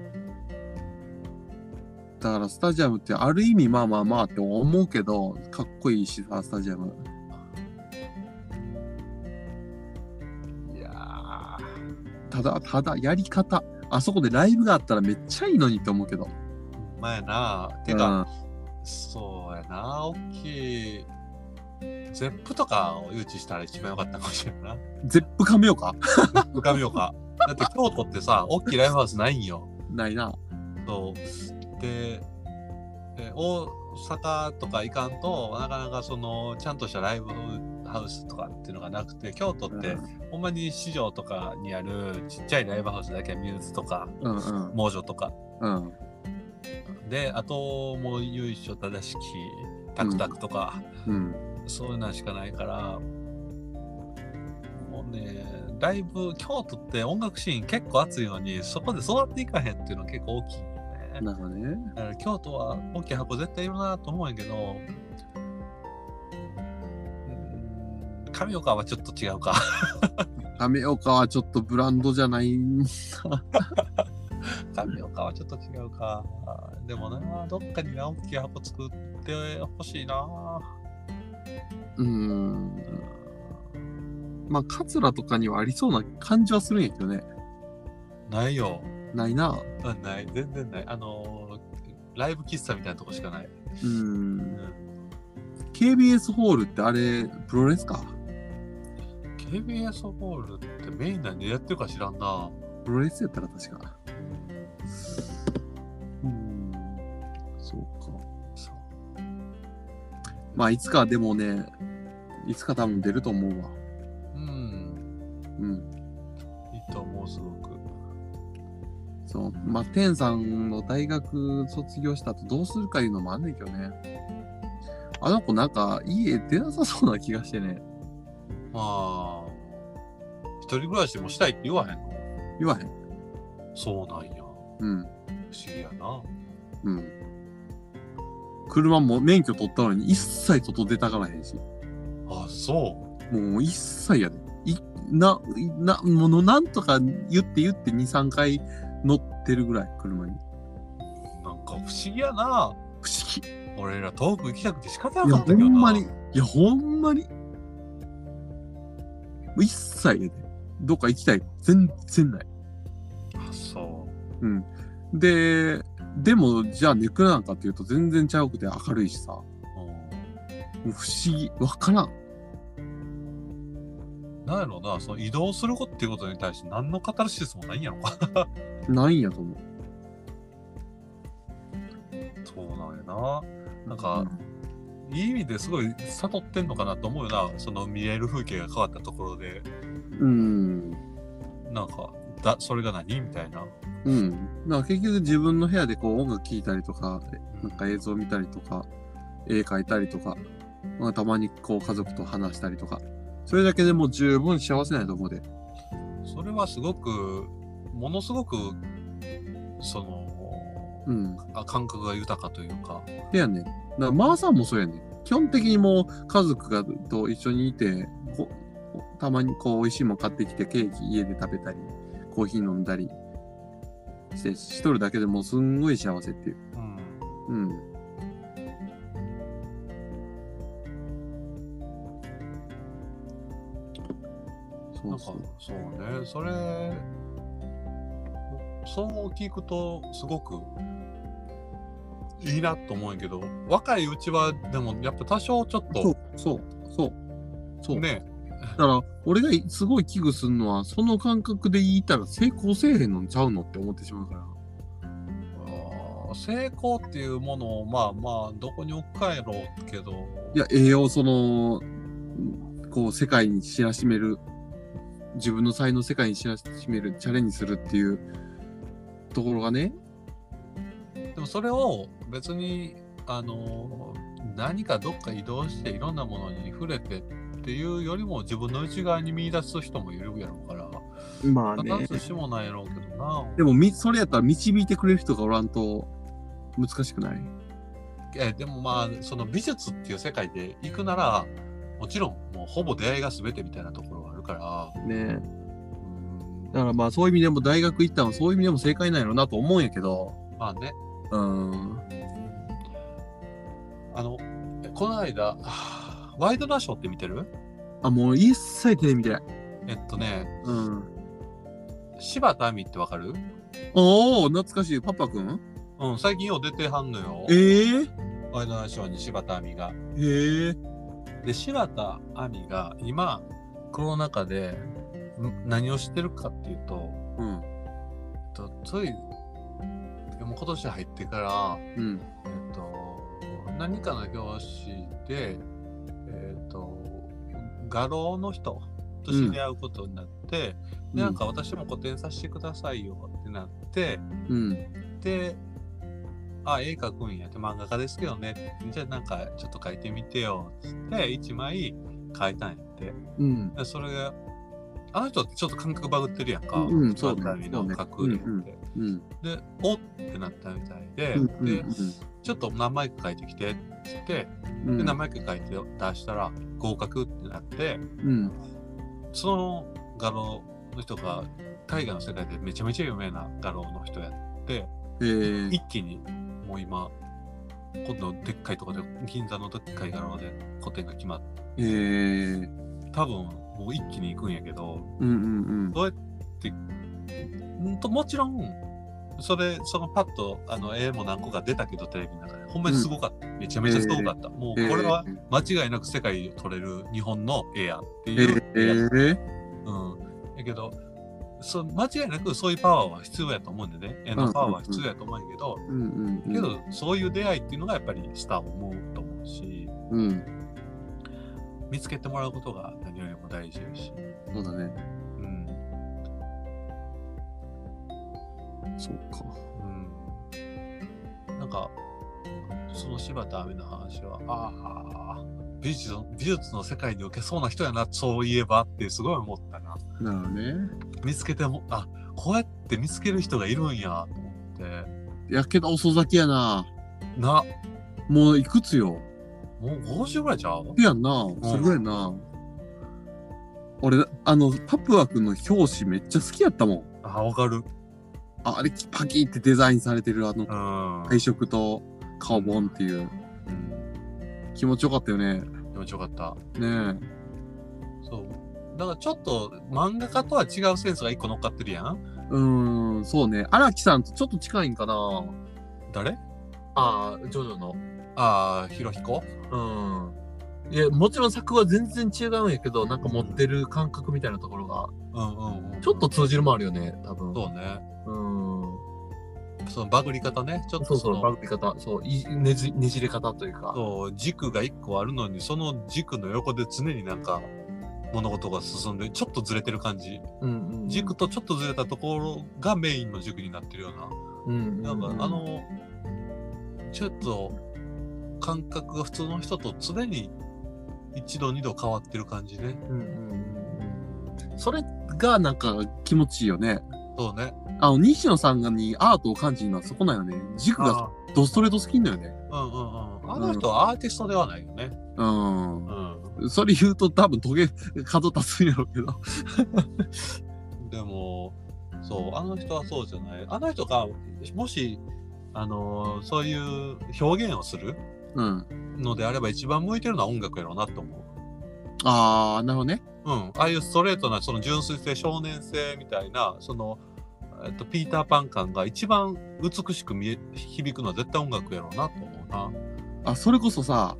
だからスタジアムってある意味まあまあまあって思うけど、かっこいいしさ、スタジアム。 いやただやり方。あそこでライブがあったらめっちゃいいのにって思うけど。 まやな。てか、そうやな。大きい。ゼップとかを誘致したら一番良かったかもしれんな。 ゼップ亀岡ゼップ亀岡。だって京都ってさ、大きいライブハウスないんよ。 ないな。 そう。で、大阪とか行かんとなかなかそのちゃんとしたライブハウスとかっていうのがなくて、京都って、ほんまに市場とかにあるちっちゃいライブハウスだけはミューズとか、猛女とか、であともう由緒正しきタクタクとか、そういうのしかないから、もうねライブ京都って音楽シーン結構熱いのにそこで育っていかへんっていうのは結構大きいよね。 なるほどね。 だから京都は大きい箱絶対いるなと思うんやけど、亀岡はちょっと違うか。 亀岡はちょっとブランドじゃないんだ。 亀岡はちょっと違うか。でもな、どっかに大きい箱作ってほしいな。 まあ、桂とかにはありそうな感じはするんやけどね。 ないよ。 ないな。 ない。全然ない。ライブ喫茶みたいなとこしかない。 KBS ホールってあれ、プロレスか。 KBS ホールってメイン何でやってるか知らんな。 プロレスやったら確か。そうか。そう。まあ、いつかでもね、いつか多分出ると思うわ。 いいと思う、すごく。 そう。まあ、天さんの大学卒業した後どうするかいうのもあんねんけどね。あの子なんか家出なさそうな気がしてね。 まあ、一人暮らしもしたいって言わへんの？ 言わへん。 そうなんや。不思議やな。 車も免許取ったのに一切外出たからへんし。 あ、そう。 もう一切やで。ものなんとか言って2、3回乗ってるぐらい、車に。 なんか不思議やな。 不思議。 俺ら遠く行きたくて仕方なかったけどな。 いや、ほんまに。一切やで。どっか行きたい。全然ない。 あ、そう。 でも、じゃあネクラなんかっていうと全然ちゃうくて明るいしさ。もう不思議。わからん。 なんやろうな、その移動することっていうことに対して何のカタルシスもないんやろか。 ないんやと思う。 そうなんやな。なんか、いい意味ですごい悟ってんのかなと思うよな。その見える風景が変わったところで。なんか、それが何みたいな。 なんか結局自分の部屋でこう音楽聴いたりとか、なんか映像見たりとか、絵描いたりとか、まあ、たまにこう家族と話したりとか、それだけでもう十分幸せないと思うで。 それはすごく、ものすごく、 感覚が豊かというか。 でやね。だからマーさんもそうやね。基本的にもう家族と一緒にいて、たまにこう美味しいもん買ってきてケーキ家で食べたり、コーヒー飲んだりしてしとるだけでもうすんごい幸せっていう。うん。 なんかそうね、そう聞くとすごくいいなと思うんやけど、若いうちはでもやっぱ多少ちょっとそうね。 だから俺がすごい危惧するのはその感覚で言いたら成功せえへんのんちゃうのって思ってしまうから。 成功っていうものをまあどこに置くかやろうけど、 いやこう世界に知らしめる、自分の才能を世界に知らしめるチャレンジするっていうところがね。 でもそれを別に何かどっか移動していろんなものに触れてっていうよりも自分の内側に見出す人もいるやろうから、 まあね、 必ずしもないやろうけどな。 でもそれやったら導いてくれる人がおらんと難しくない？ でもまあその美術っていう世界で行くならもちろんもうほぼ出会いが全てみたいなところがあるからね。だからまあそういう意味でも大学行ったのはそういう意味でも正解なんやろうなと思うんやけど。 まあね。この間ワイドナショーって見てる？ もう一切テレビ見てない。 柴田亜美ってわかる？ おお、懐かしい。パパくん？ 最近よう出てはんのよ。ワイドナショーに柴田亜美が。で、柴田亜美が今コロナ禍で何をしてるかっていうと、もう今年入ってから、何かの表紙で、画廊の人と知り合うことになって、でなんか私も個展させてくださいよってなって、で、絵描くんやって、漫画家ですけどね、じゃあなんかちょっと描いてみてよって1枚描いたんやって。でそれがあの人ってちょっと感覚バグってるやんか。そうだね。の描くって。で、おってなったみたいで、で、ちょっと何枚か描いてきてって言って、で、何枚か描いて出したら合格ってなって、その画廊の人が絵画の世界でめちゃめちゃ有名な画廊の人やって、一気にもう今、今度でっかいところで、銀座のでっかい画廊で個展が決まって、多分もう一気に行くんやけど、どうやってもちろんそのパッと絵も何個か出たけどテレビの中でほんまにすごかった、めちゃめちゃすごかった、もうこれは間違いなく世界を撮れる日本の絵やっていうやけど間違いなくそういうパワーは必要やと思うんでね、絵のパワーは必要やと思うんやけど、けどそういう出会いっていうのがやっぱりスターを思うと思うし、見つけてもらうことが何よりも大事やし。 そうだね。そうか。 なんかその柴田亜美の話は美術の世界に受けそうな人やな、そういえばってすごい思ったな。 なるほどね。 見つけてもこうやって見つける人がいるんやと思って。 やけど遅咲きやな。もういくつよ。 もう50ぐらいちゃう？ いやんな、すごいな。俺パプア君の表紙めっちゃ好きやったもん。 わかる。 あれパキってデザインされてる配色と顔ボンっていう、気持ちよかったよね。 気持ちよかったね。 そうだからちょっと漫画家とは違うセンスが一個乗っかってるやん。 そうね。荒木さんとちょっと近いんかな。 誰？ ジョジョのひろひこ？ いや、もちろん作は全然違うんやけど、なんか持ってる感覚みたいなところが、ちょっと通じるもあるよね、多分。 そうね。そのバグり方ね、ちょっとそうバグり方、ねじれ方というか。 軸が一個あるのに、その軸の横で常になんか物事が進んで、ちょっとずれてる感じ。軸とちょっとずれたところがメインの軸になってるような。なんかちょっと感覚が普通の人と常に一度二度変わってる感じね。 それがなんか気持ちいいよね。 そうね。 西野さんがにアートを感じるのはそこなんよね。軸がドストレート好きんだよね。 うんうんうん。あの人はアーティストではないよね。 うん。それ言うと多分角立つんやろうけど。 でも、そう、あの人はそうじゃない。あの人が、もし、そういう表現をするのであれば一番向いてるのは音楽やろうなと思う。 ああ、なるほどね。 うん。ああいうストレートな、その純粋性、少年性みたいな、ピーターパン感が一番美しく響くのは絶対音楽やろうなと思うな。 それこそさ、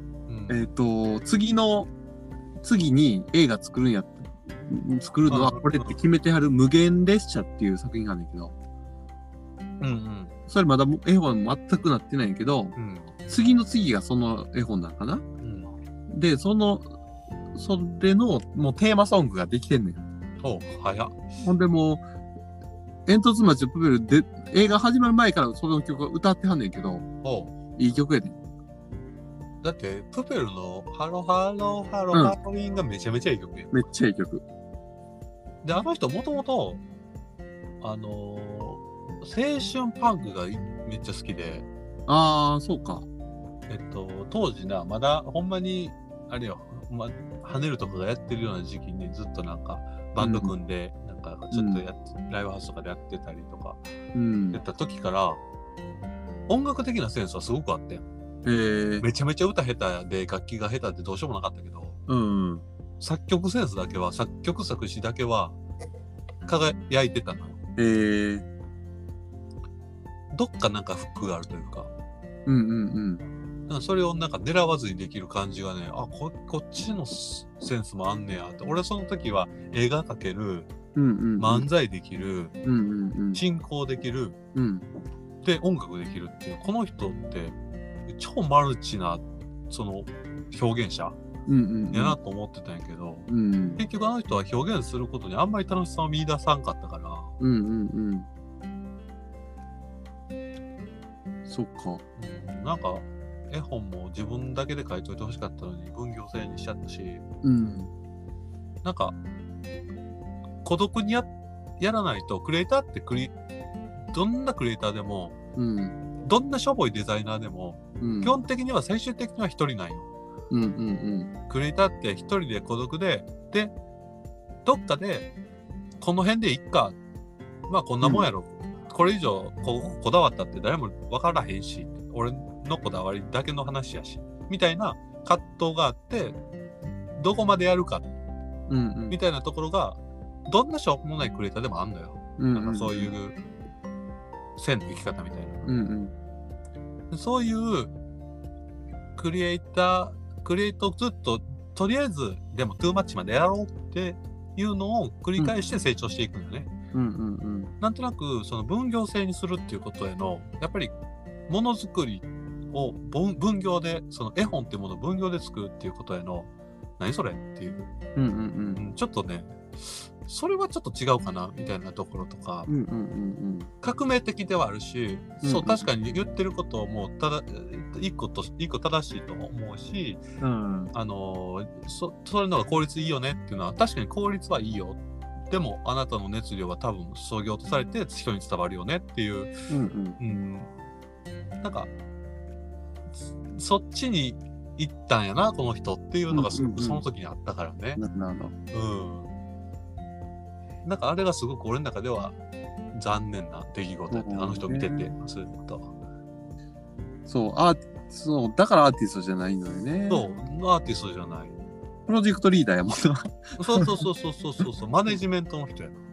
次に映画作るのはこれって決めてはる無限列車っていう作品があるんだけど、それまだ絵本全くなってないんやけど、次の次がその絵本なのかな、で、それのもうテーマソングができてんねん。 早っ。 ほんでもう、煙突町プペルで映画始まる前からその曲を歌ってはんねんけど、いい曲やで。 だってプペルのハロハロハロハロウィンがめちゃめちゃいい曲や。 めっちゃいい曲。 で、あの人もともと青春パンクがめっちゃ好きで。 そうか。 当時な、まだほんまにあれよ、跳ねるとかがやってるような時期にずっとなんかバンド組んで、なんかちょっとライブハウスとかでやってたりとか、やった時から音楽的なセンスはすごくあってん。めちゃめちゃ歌下手で楽器が下手でどうしようもなかったけど、作曲センスだけは、作曲作詞だけは輝いてたのよ。どっかなんかフックがあるというか、それをなんか狙わずにできる感じがね、こっちのセンスもあんねやって。俺その時は映画描ける、漫才できる、進行できる、で音楽できるっていう、この人って超マルチなその表現者やなと思ってたんやけど、結局あの人は表現することにあんまり楽しさを見出さんかったから。 そっか。 なんか絵本も自分だけで書いといてほしかったのに分業制にしちゃったし、なんか孤独にやらないと、クリエイターってどんなクリエイターでも、どんなしょぼいデザイナーでも、基本的には最終的には一人なんよ。クリエイターって一人で孤独で、どっかでこの辺でいっか、こんなもんやろ、これ以上こだわったって誰も分からへんし、俺のこだわりだけの話やしみたいな葛藤があって、どこまでやるか、みたいなところがどんなしょうもないクリエイターでもあんのよ。なんかそういう線の生き方みたいな、そういうクリエイトをずっととりあえずでもトゥーマッチまでやろうっていうのを繰り返して成長していくんよね。なんとなくその分業制にするっていうことへのやっぱりものづくりを分業で、その絵本っていうものを分業で作るっていうことへの何それっていう、ちょっとね、それはちょっと違うかなみたいなところとか、革命的ではあるし、そう確かに言ってることも一個正しいと思うし、それの方が効率いいよねっていうのは確かに効率はいいよ。でもあなたの熱量は多分そぎ落とされて人に伝わるよねっていう、なんかそっちに行ったんやなこの人っていうのがすごくその時にあったからね。なんかあれがすごく俺の中では残念な出来事やって、あの人見ててずっと。 そうだからアーティストじゃないのよね。 そうアーティストじゃない。 プロジェクトリーダーやもんな。 そうマネジメントの人やな。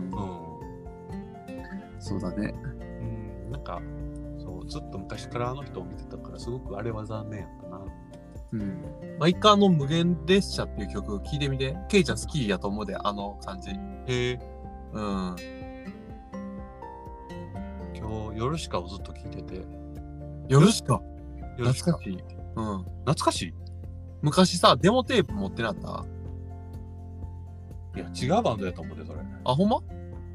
そうだね。 なんかそうずっと昔からあの人を見てたからすごくあれは残念やったな。 一回無限列車っていう曲聴いてみて。ケイちゃん好きやと思うで、あの感じ。 今日夜しかをずっと聴いてて。 夜しか懐かしい。 懐かしい。 昔さ、デモテープ持ってなかった？ いや、違うバンドやと思うで、それ。 ほんま？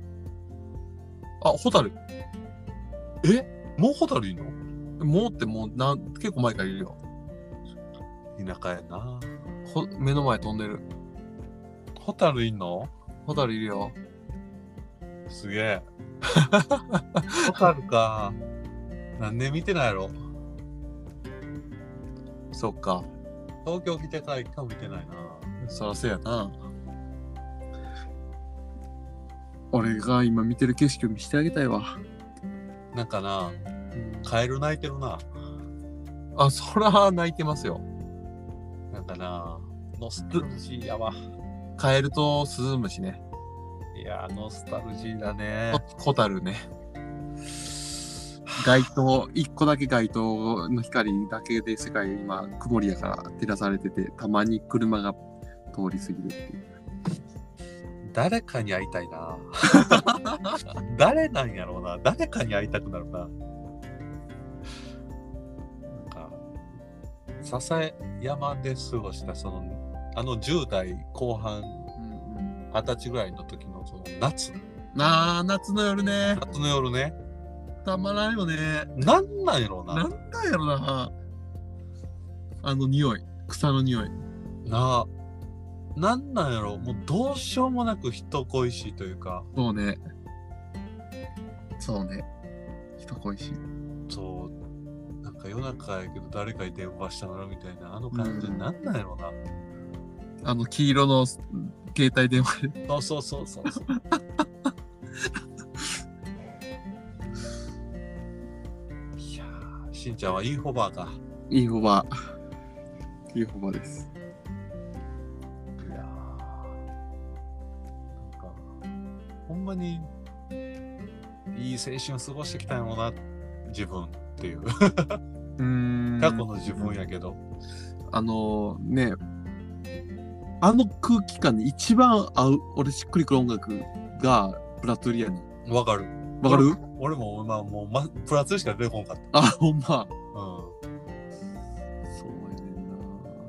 ホタル。 もうホタルいんの？ もうって結構前からいるよ。 田舎やな。 目の前飛んでる。 ホタルいんの？ ホタルいるよ。 すげえ。わかるか。何年見てないやろ。 そっか。 東京来てから一回も見てないな。 そらそうやな。俺が今見てる景色を見せてあげたいわ。 なんかな、カエル泣いてるな。 あ、そら泣いてますよ。 なんかな、ノスタルジーやわ。 カエルとスズムシね。 いや、ノスタルジーだね。 ホタルね。街灯、一個だけ街灯の光だけで世界今曇りやから照らされてて、たまに車が通り過ぎるっていう。 誰かに会いたいな。誰なんやろうな。誰かに会いたくなるな。なんか笹山で過ごしたその10代後半、20歳ぐらいの時のその夏。 夏の夜ね。 夏の夜ね。 たまらんよね。 なんなんやろうな。 なんなんやろな。匂い、草の匂い。 なんなんやろ、もうどうしようもなく人恋しいというか。 そうね。人恋しい。 そう。なんか夜中やけど誰かに電話したのみたいな、感じ、なんなんやろな。 黄色の携帯電話で。 そう。いやー、しんちゃんはいいホバーか。 いいホバーです。 ほんまにいい青春を過ごしてきたんやろうな、自分っていう過去の自分やけど、 ね、空気感に一番合う俺しっくりくる音楽がプラトリアに。 わかる。俺も今もう、プラツしか出てこんかった。 あ、ほんま。 そうやねんな。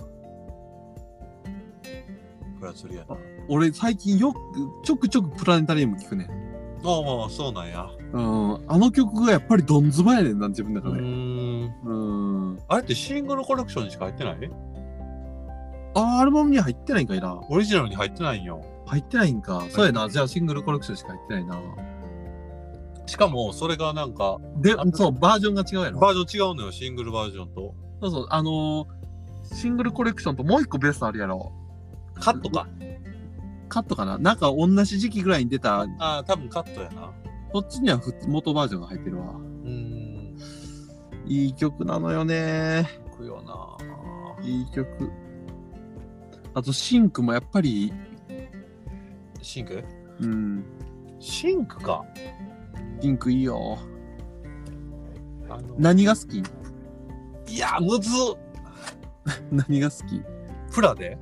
プラツリアな。 俺最近ちょくちょくプラネタリウム聞くねん。 ああ、そうなんや。 曲がやっぱりドンズバやねんな、自分の中で。 あれってシングルコレクションにしか入ってない？ アルバムには入ってないんかいな。 オリジナルに入ってないんよ。 入ってないんか。そうやな。じゃあシングルコレクションしか入ってないな。 しかもそれがなんかそう、バージョンが違うやろ。 バージョン違うのよ、シングルバージョンと。 そう、シングルコレクションともう一個ベストあるやろ。 カットか。 カットかな。なんか同じ時期ぐらいに出た。 多分カットやな。 こっちには元バージョンが入ってるわ。いい曲なのよね。 いいよな。 いい曲。あとシンクもやっぱり。 シンク？ シンクか。 シンクいいよ。何が好き？ いや、むずっ。 何が好き？ プラで？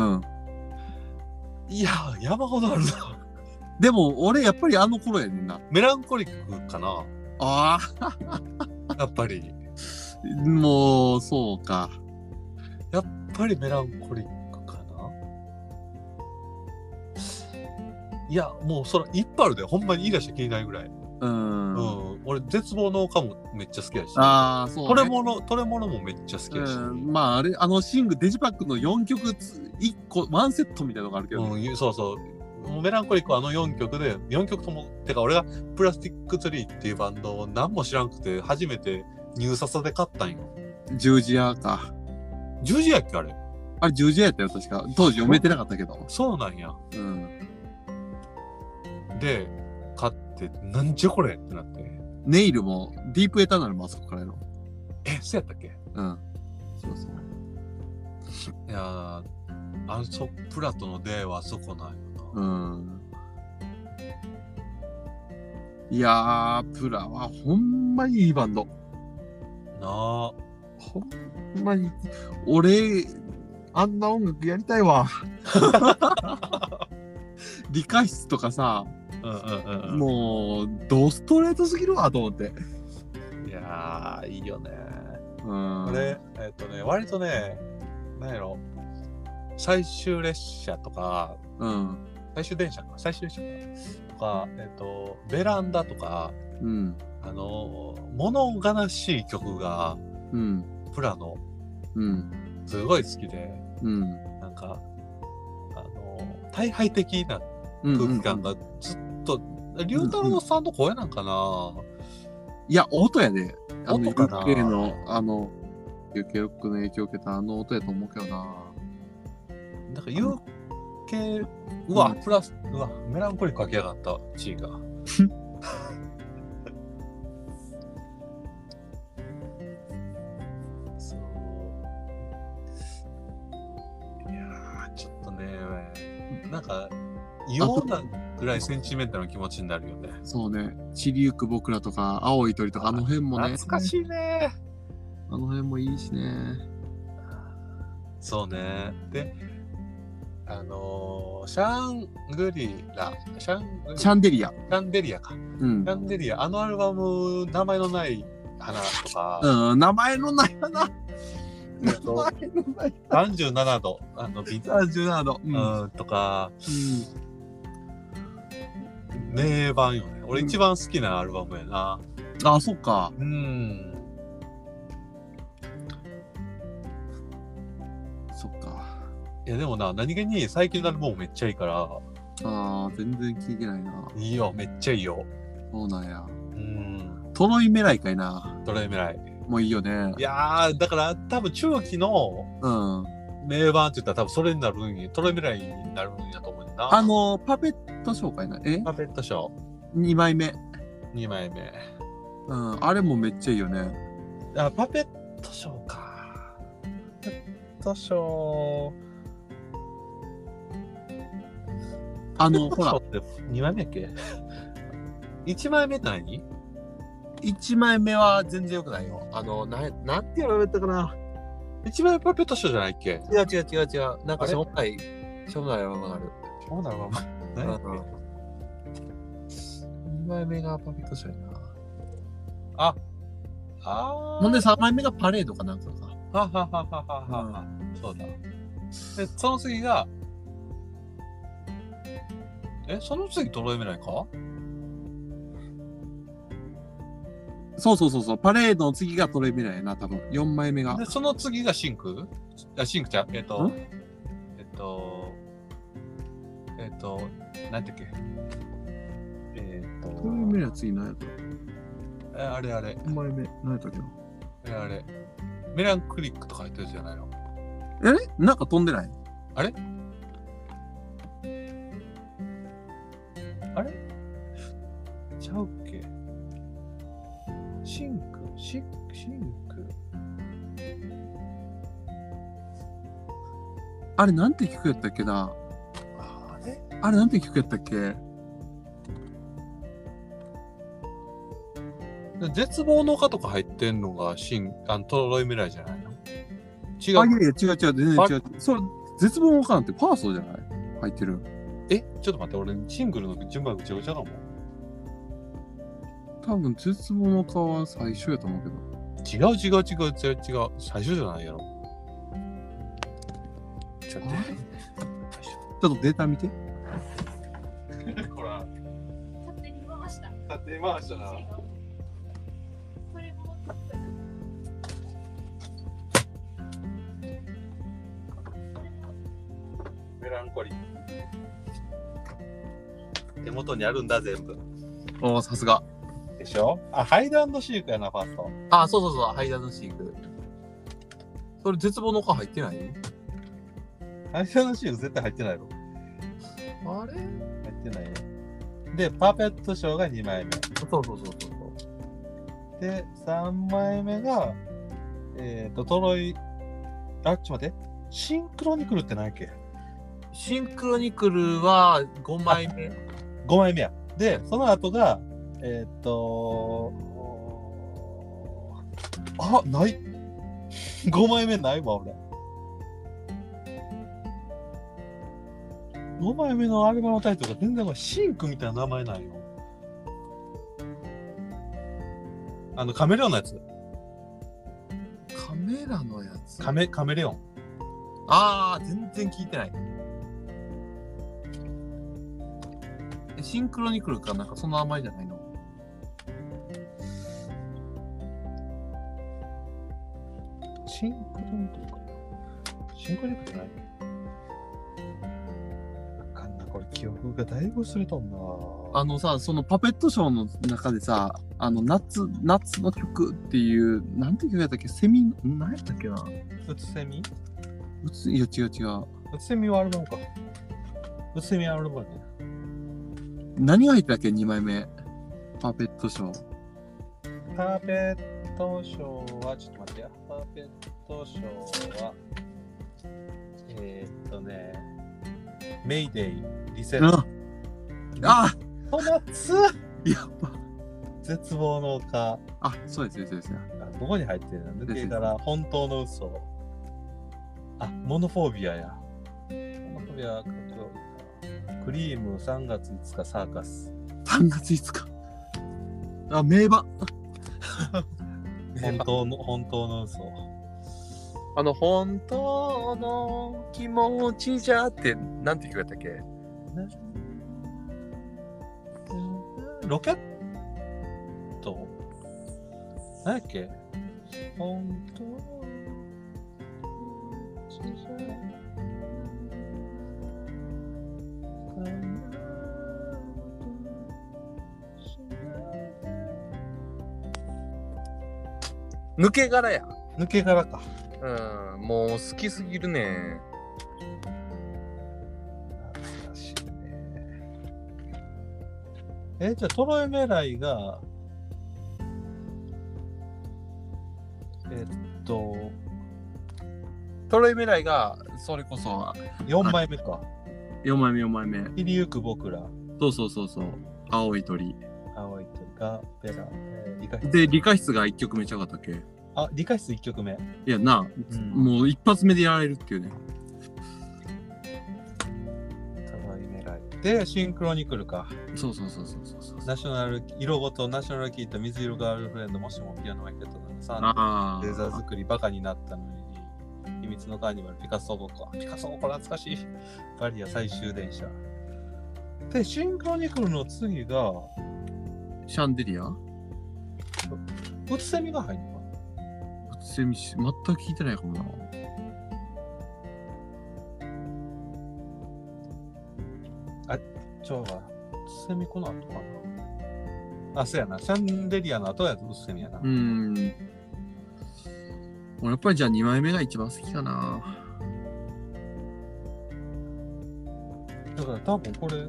いや、山ほどあるな。 でも、俺、やっぱりあの頃やねんな。 メランコリックかな。やっぱり。 もう、そうか。 やっぱりメランコリックかな。いや、もう、それ、いっぱいあるで。ほんまに言い出して気にないぐらい。俺、絶望の丘もめっちゃ好きやし。そうね。トレモノもめっちゃ好きやし。 まあ、シング、デジパックの4曲、1個、1セットみたいなのがあるけど。 そうそう。メランコリックは4曲で、4曲とも、てか俺がプラスティックツリーっていうバンドを何も知らんくて、初めてニューササで買ったんよ。 ジュージアか。 ジュージアやっけあれ？ あれジュージアやったよ、確か。当時読めてなかったけど。 そうなんや。で、買って、なんじゃこれってなって。 ネイルも、ディープエターナルもあそこからやろ。 そうやったっけ？ そう。 いやー、プラとの出会いはあそこなんよな。 いやー、プラはほんまにいいバンド。 ほんまに、俺、あんな音楽やりたいわ。理科室とかさ、もう、ドストレートすぎるわと思って。 いやー、いいよね。俺、割とね、なんやろ、最終列車とか、最終列車とか、ベランダとか、物悲しい曲が、プラの、すごい好きで、なんか、大敗的な空気感がずっと、 龍太郎さんの声なんかな、 いや、音やで。 音かな UK の、UK ロックの影響を受けた音やと思うけどな。 なんか UK、うわ、プラス、うわ、メランコリー書きやがった、地位が。そう。いやー、ちょっとね、なんか、異様なぐらいセンチメンタルな気持ちになるよね。 そうね。散りゆく僕らとか、青い鳥とか、あの辺もね。 懐かしいね。 あの辺もいいしね。 そうね。で、シャングリラ、シャンデリアか。 シャンデリア。 あのアルバム、名前のない花とか。 名前のない花。 37度。 37度。 とか、名盤よね。俺一番好きなアルバムやな。 あ、そっか。そっか。 いやでもな、何気に最近のアルバムめっちゃいいから。 全然聞いてないな。 いいよ、めっちゃいいよ。 そうなんや。トロイメライかいな。 トロイメライ。 もういいよね。 いやー、だから多分中期の名盤って言ったら多分それになるんや、トロイメライになるんやと思うな。 パペットショーかいな。 パペットショー。 2枚目。 2枚目。 あれもめっちゃいいよね。 パペットショーか。パペットショー。ほら。2枚目やっけ ?1 枚目って何 ?1 枚目は全然良くないよ。なんて言われたかな。 1枚目パペットショーじゃないっけ？ 違う。なんかしょうもないアルバムがある。 しょうもないアルバム。何 2枚目がパペットショーやな。 ほんで3枚目がパレードかなんかか。 そうだ。で、その次が、その次トロイメライか？ そう。パレードの次がトロイメライやな、多分。4枚目が。 で、その次がシンクちゃう。なんてっけトロイメライ次何やった？ あれ。 4枚目。何やったっけな？ あれ。メランクリックとか入ってるやつじゃないの？ なんか飛んでない？ あれちゃうっけ？シンクあれなんて曲やったっけな？あれなんて曲やったっけ？ 絶望の丘とか入ってんのがトロイメライじゃないの？違う。 いや違う。全然違う。それ、絶望の丘なんてパーソーじゃない？入ってる。 ちょっと待って、俺シングルの順番ぐちゃぐちゃかも。 多分絶望の丘は最初やと思うけど。 違う。最初じゃないやろ。ちょっとデータ見て。 ほら。 勝手に回したな。 これもメランコリー。手元にあるんだ、全部。 おー、さすが。 でしょ？ハイド&シークやな、ファースト。 そう、ハイダーシーク。それ、絶望の丘入ってない？ ハイド&シーク絶対入ってないの？ あれ？ 入ってないよ。で、パペットショーが2枚目。 そう。 で、3枚目が、トロイ、ちょっと待って。シンクロニクルって何やっけ？ シンクロニクルは5枚目。 5枚目や。で、その後が、ない。5枚目ないわ、俺。5枚目のアルバムのタイトルが全然シンクみたいな名前ないよ。カメレオンのやつ。 カメラのやつ。 カメレオン。 全然聞いてない。シンクロニクルかなんかその名前じゃないの？ シンクロニクルか。シンクロニクルってない？わかんな、これ記憶がだいぶ薄れとんな。 さ、そのパペットショーの中でさ、夏の曲っていう、なんて曲やったっけ、何やったっけな。 うつせみ？ いや、違う。 うつせみはアルバムか。うつせみはアルバムね。 何が入ったっけ、2枚目。パペットショー。 パペットショーは、ちょっと待ってや。パペットショーは、メイデイ、リセット。 あトナツやっぱ。 絶望の丘。 そうです。 ここに入ってるな。抜け殻、本当の嘘。モノフォービアや。モノフォービア、かっこいい。クリーム、3月5日、サーカス。 3月5日。名場。 本当の嘘。 本当の気持ちじゃって、なんて曲やったっけ？ ロケット？何やっけ？本当の気持ちじゃ抜け殻や。 抜け殻か。 もう好きすぎるね。 懐かしいね。じゃあトロエメライがトロイメライがそれこそ 4枚目か。 4枚目。 切りゆく僕ら。 そう。青い鳥。 青い鳥がペラ、理科室。 で、理科室が1曲目ちゃうかったっけ？ 理科室1曲目。 いやな、もう一発目でやられるっていうね。 トロイメライ。で、シンクロニクルか。 そう。 ナショナル、色ごとナショナル聞いた水色ガールフレンド、もしもピアノが弾けたのさ、レーザー作りバカになったのに、秘密のカーニバル、ピカソごっこ。ピカソごっこ懐かしい。バリア最終電車。で、シンクロニクルの次が、 シャンデリア？ うつせみが入るのかうつせみ全く聞いてないかもな。 うつせみこの後かな。そうやな。シャンデリアの後やとうつせみやな。 俺やっぱりじゃあ2枚目が一番好きかな。 だから多分これ、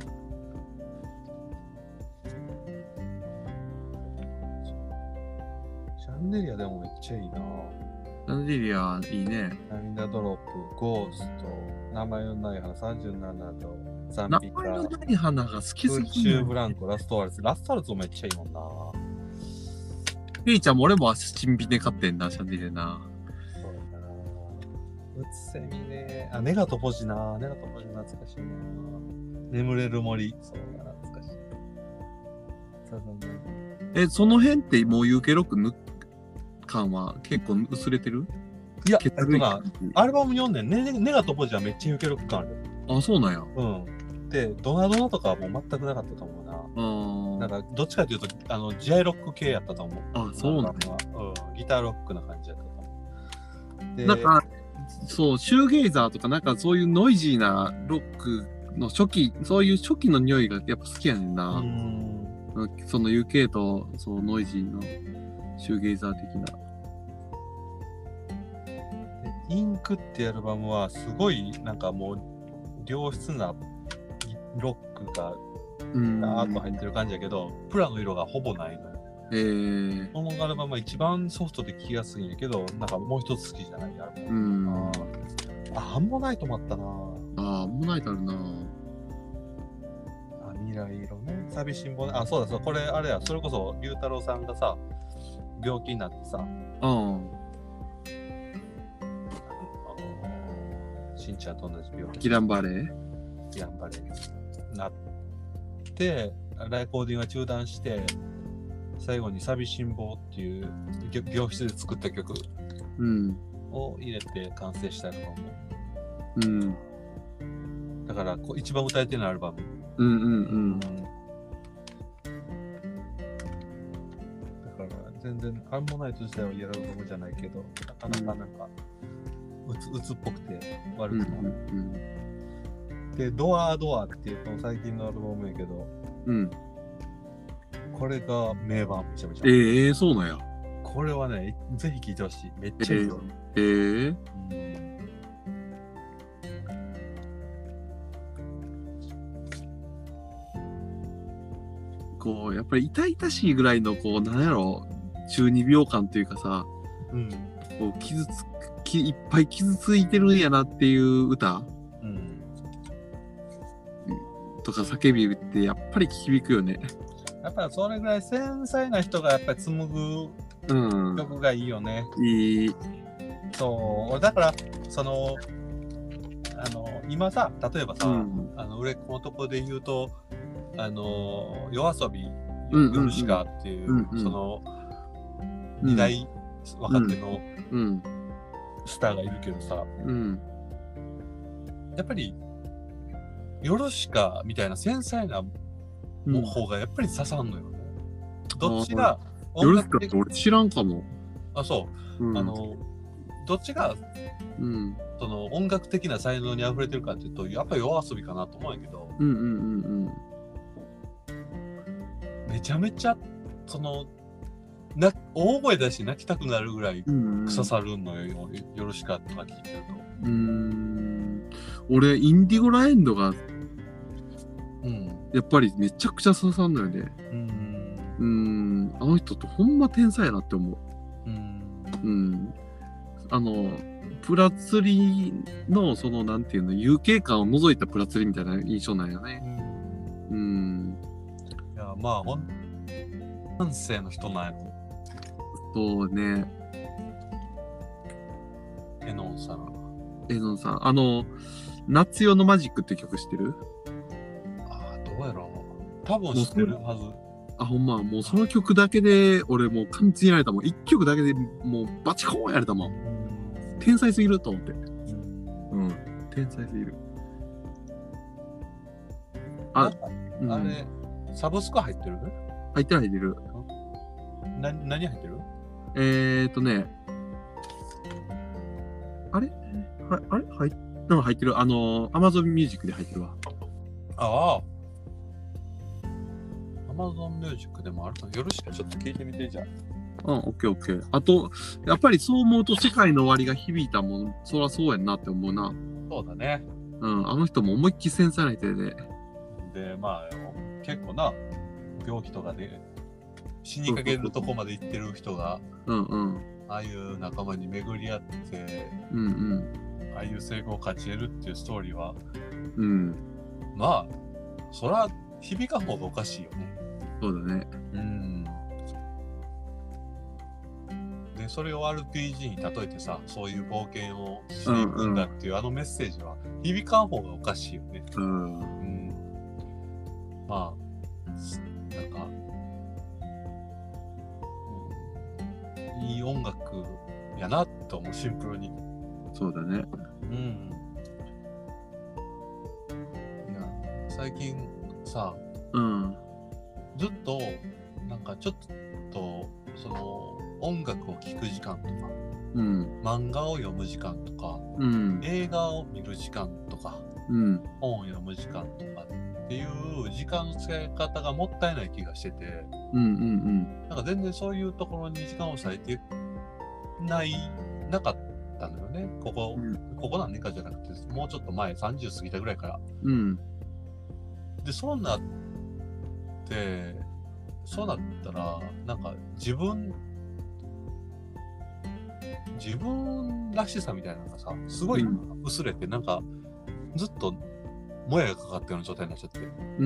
シャンデリアでもめっちゃいいな。 シャンデリアいいね。 涙ドロップ、ゴースト、名前のない花37度、ザンピカ、 名前のない花が好きすぎる。 空中ブランコ、ラストワルツ。ラストワルツもめっちゃいいもんな。 ピーちゃんも俺も新品で買ってんな、シャンデリアな。 そうだな。うつせみね。ネガとポジな。ネガとポジ懐かしいな。眠れる森。そうだな、懐かしい。 その辺ってもうユーケロック感は結構薄れてる？ いや、アルバム読んでネガとポジはめっちゃユーケロック感ある。 そうなんや。 で、ドナドナとかはもう全くなかったと思うな。なんか、どっちかというと、ジアイロック系やったと思う。 そうなんだ。 ギターロックな感じやったと思う。で、 なんか、そう、シューゲイザーとか、なんかそういうノイジーなロックのそういう初期の匂いがやっぱ好きやねんな。その UK とそうノイジーのシューゲイザー的な。 インクっていうアルバムはすごいなんかもう良質なロックがダーッと入ってる感じやけど、プラの色がほぼないのよ。このアルバムは一番ソフトで聴きやすいんやけど、なんかもう一つ好きじゃないアルバム。アンモナイトもあったな。 アンモナイトあるな。 未来色ね。寂しんぼね。そうだ、これあれや、それこそ龍太郎さんがさ、病気になってさ、しんちゃんと同じ病気。 ギランバレーになって、レコーディングが中断して、最後に寂しんぼっていう病室で作った曲を入れて完成したアルバム。だから一番歌えてるアルバム。だから全然アンモナイト自体はやるアルバムじゃないけど、なかなかなんかうつっぽくて悪くない。で、ドアっていうこの最近のアルバムやけど、 これが名盤めちゃめちゃ。 そうなんや。 これはね、ぜひ聞いてほしい。めっちゃいいよ。 こうやっぱり痛々しいぐらいのこうなんやろ中二病感というかさ、こういっぱい傷ついてるんやなっていう歌、とか叫びってやっぱり響くよね。 やっぱりそれぐらい繊細な人がやっぱり紡ぐ曲がいいよね。そうだからその今さ例えばさ、売れっ子のとこで言うと夜遊びヨルシカっていう、その2大若手のスターがいるけどさ、やっぱりヨルシカみたいな繊細な方がやっぱり刺さんのよね。どっちがヨルシカって俺知らんかも。 そう、どっちが、その音楽的な才能に溢れてるかっていうとやっぱり夜遊びかなと思うんやけど、めちゃめちゃその大声だし泣きたくなるぐらい刺さるのよ、ヨルシカとか聞いてると。俺インディゴラエンドがやっぱりめちゃくちゃ刺さんのよね。あの人ってほんま天才やなって思う。プラツリのそのなんていうの有形感を除いたプラツリみたいな印象なんやね。 いやまあ感性の人なんやろ。 そうね。 エノンさん。 夏用のマジックって曲知ってる？ どうやろう。多分知ってるはず。 ほんま、もうその曲だけで俺もう完全にやられたもん。一曲だけでもうバチコーンやれたもん。天才すぎると思って。天才すぎる。 あれ、サブスク入ってる？ 入ってる。 何入ってる？ あれ入ってる。Amazon Music で入ってるわ。 Amazon Music でもあるかな。よろしくちょっと聞いてみてじゃあ。 オッケー。あと、やっぱりそう思うと世界の終わりが響いたもん、そらそうやんなって思うな。 そうだね。 あの人も思いっきり繊細な人で。 で、まあ、結構な、病気とかで死にかけるとこまで行ってる人が、ああいう仲間に巡り合って、ああいう成功を勝ち得るっていうストーリーは、まあ、そら響かん方がおかしいよね。 そうだね。 で、それを RPG に例えてさ、そういう冒険をしに行くんだっていうあのメッセージは響かん方がおかしいよね。まあ、なんか、いい音楽やなと思う、シンプルに。 そうだね。 いや、最近さ、ずっとなんかちょっとその音楽を聴く時間とか、漫画を読む時間とか、映画を見る時間とか、本を読む時間とかっていう時間の使い方がもったいない気がしてて、なんか全然そういうところに時間を割いてなかったのよね。ここ何年かじゃなくて、もうちょっと前、30過ぎたぐらいから。で、そうなったら、なんか自分らしさみたいなのがさ、すごい薄れて、なんかずっともやがかかったような状態になっちゃって。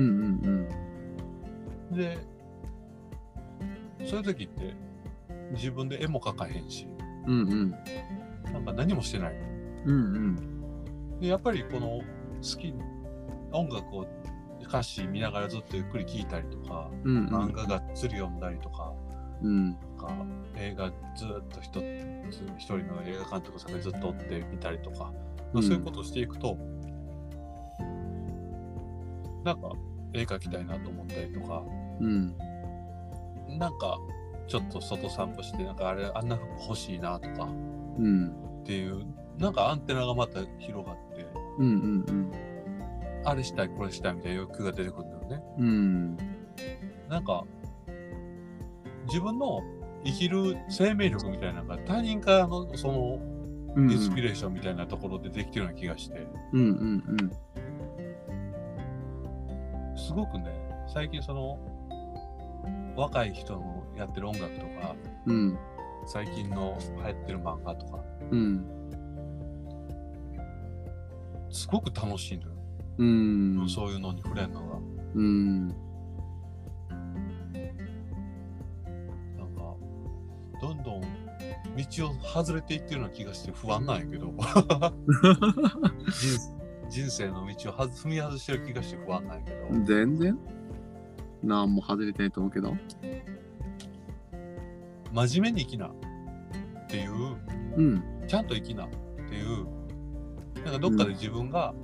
で、そういう時って自分で絵も描かへんし、なんか何もしてない。で、やっぱりこの音楽を歌詞見ながらずっとゆっくり聴いたりとか、漫画がっつり読んだりとか、なんか映画ずっと一人の映画監督さんがずっと追ってみたりとか、そういうことをしていくと、なんか絵描きたいなと思ったりとか、なんかちょっと外散歩してなんかあんな服欲しいなとか、っていうなんかアンテナがまた広がって、あれしたいこれしたいみたいな欲求が出てくるんだよね。なんか自分の生きる生命力みたいなのが他人からのそのインスピレーションみたいなところでできてるような気がして、すごくね、最近その若い人のやってる音楽とか、最近の流行ってる漫画とか、すごく楽しいのよ。そういうのに触れるのが。なんかどんどん道を外れていってるような気がして不安なんやけど人生の道を踏み外してる気がして不安なんやけど、 全然なんも外れてないと思うけど、 真面目に生きなっていう、ちゃんと生きなっていう、なんかどっかで自分が、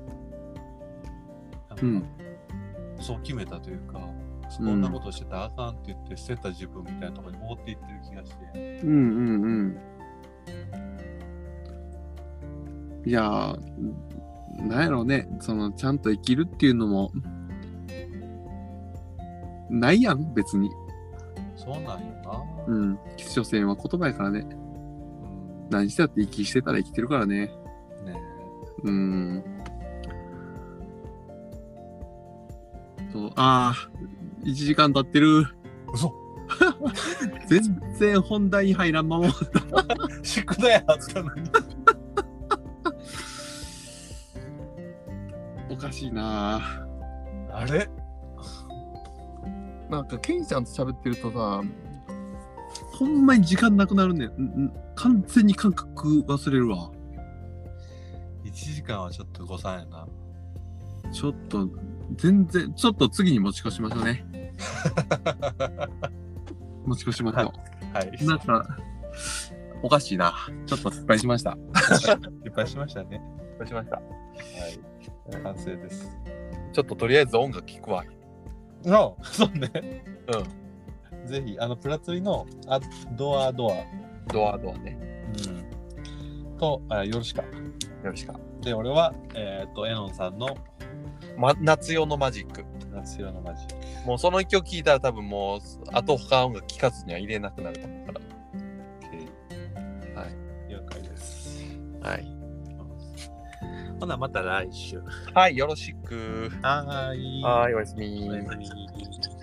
なんかそう決めたというか、そんなことしてたらあかんって言って捨てた自分みたいなところに戻っていってる気がして。 いやー、なんやろうね、そのちゃんと生きるっていうのもないやん、別に。 そうなんよな。所詮は言葉やからね。何してだって息してたら生きてるからね。そう、1時間経ってる。 嘘全然本題に入らんまま宿題あったのにおかしいな。 あれなんかケンちゃんと喋ってるとさ、ほんまに時間なくなるねん。完全に感覚忘れるわ。 1時間はちょっと誤算やな。 ちょっと全然、ちょっと次に持ち越しましょうね。持ち越しましょう。 はい。 なんかおかしいな。ちょっと失敗しました。 失敗しましたね。 失敗しました。はい。 完成です。 ちょっととりあえず音楽聴くわ。 そうね。ぜひ、プラツリのドアね。と、よろしか。で、俺は、エノンさんの、 夏用のマジック。もうその一曲聴いたら多分もう、あと他音楽聴かずには入れなくなると思うから。 はい。了解です。 はい。 ほな、また来週。 はい、よろしく。 はい、 おやすみ。 おやすみ。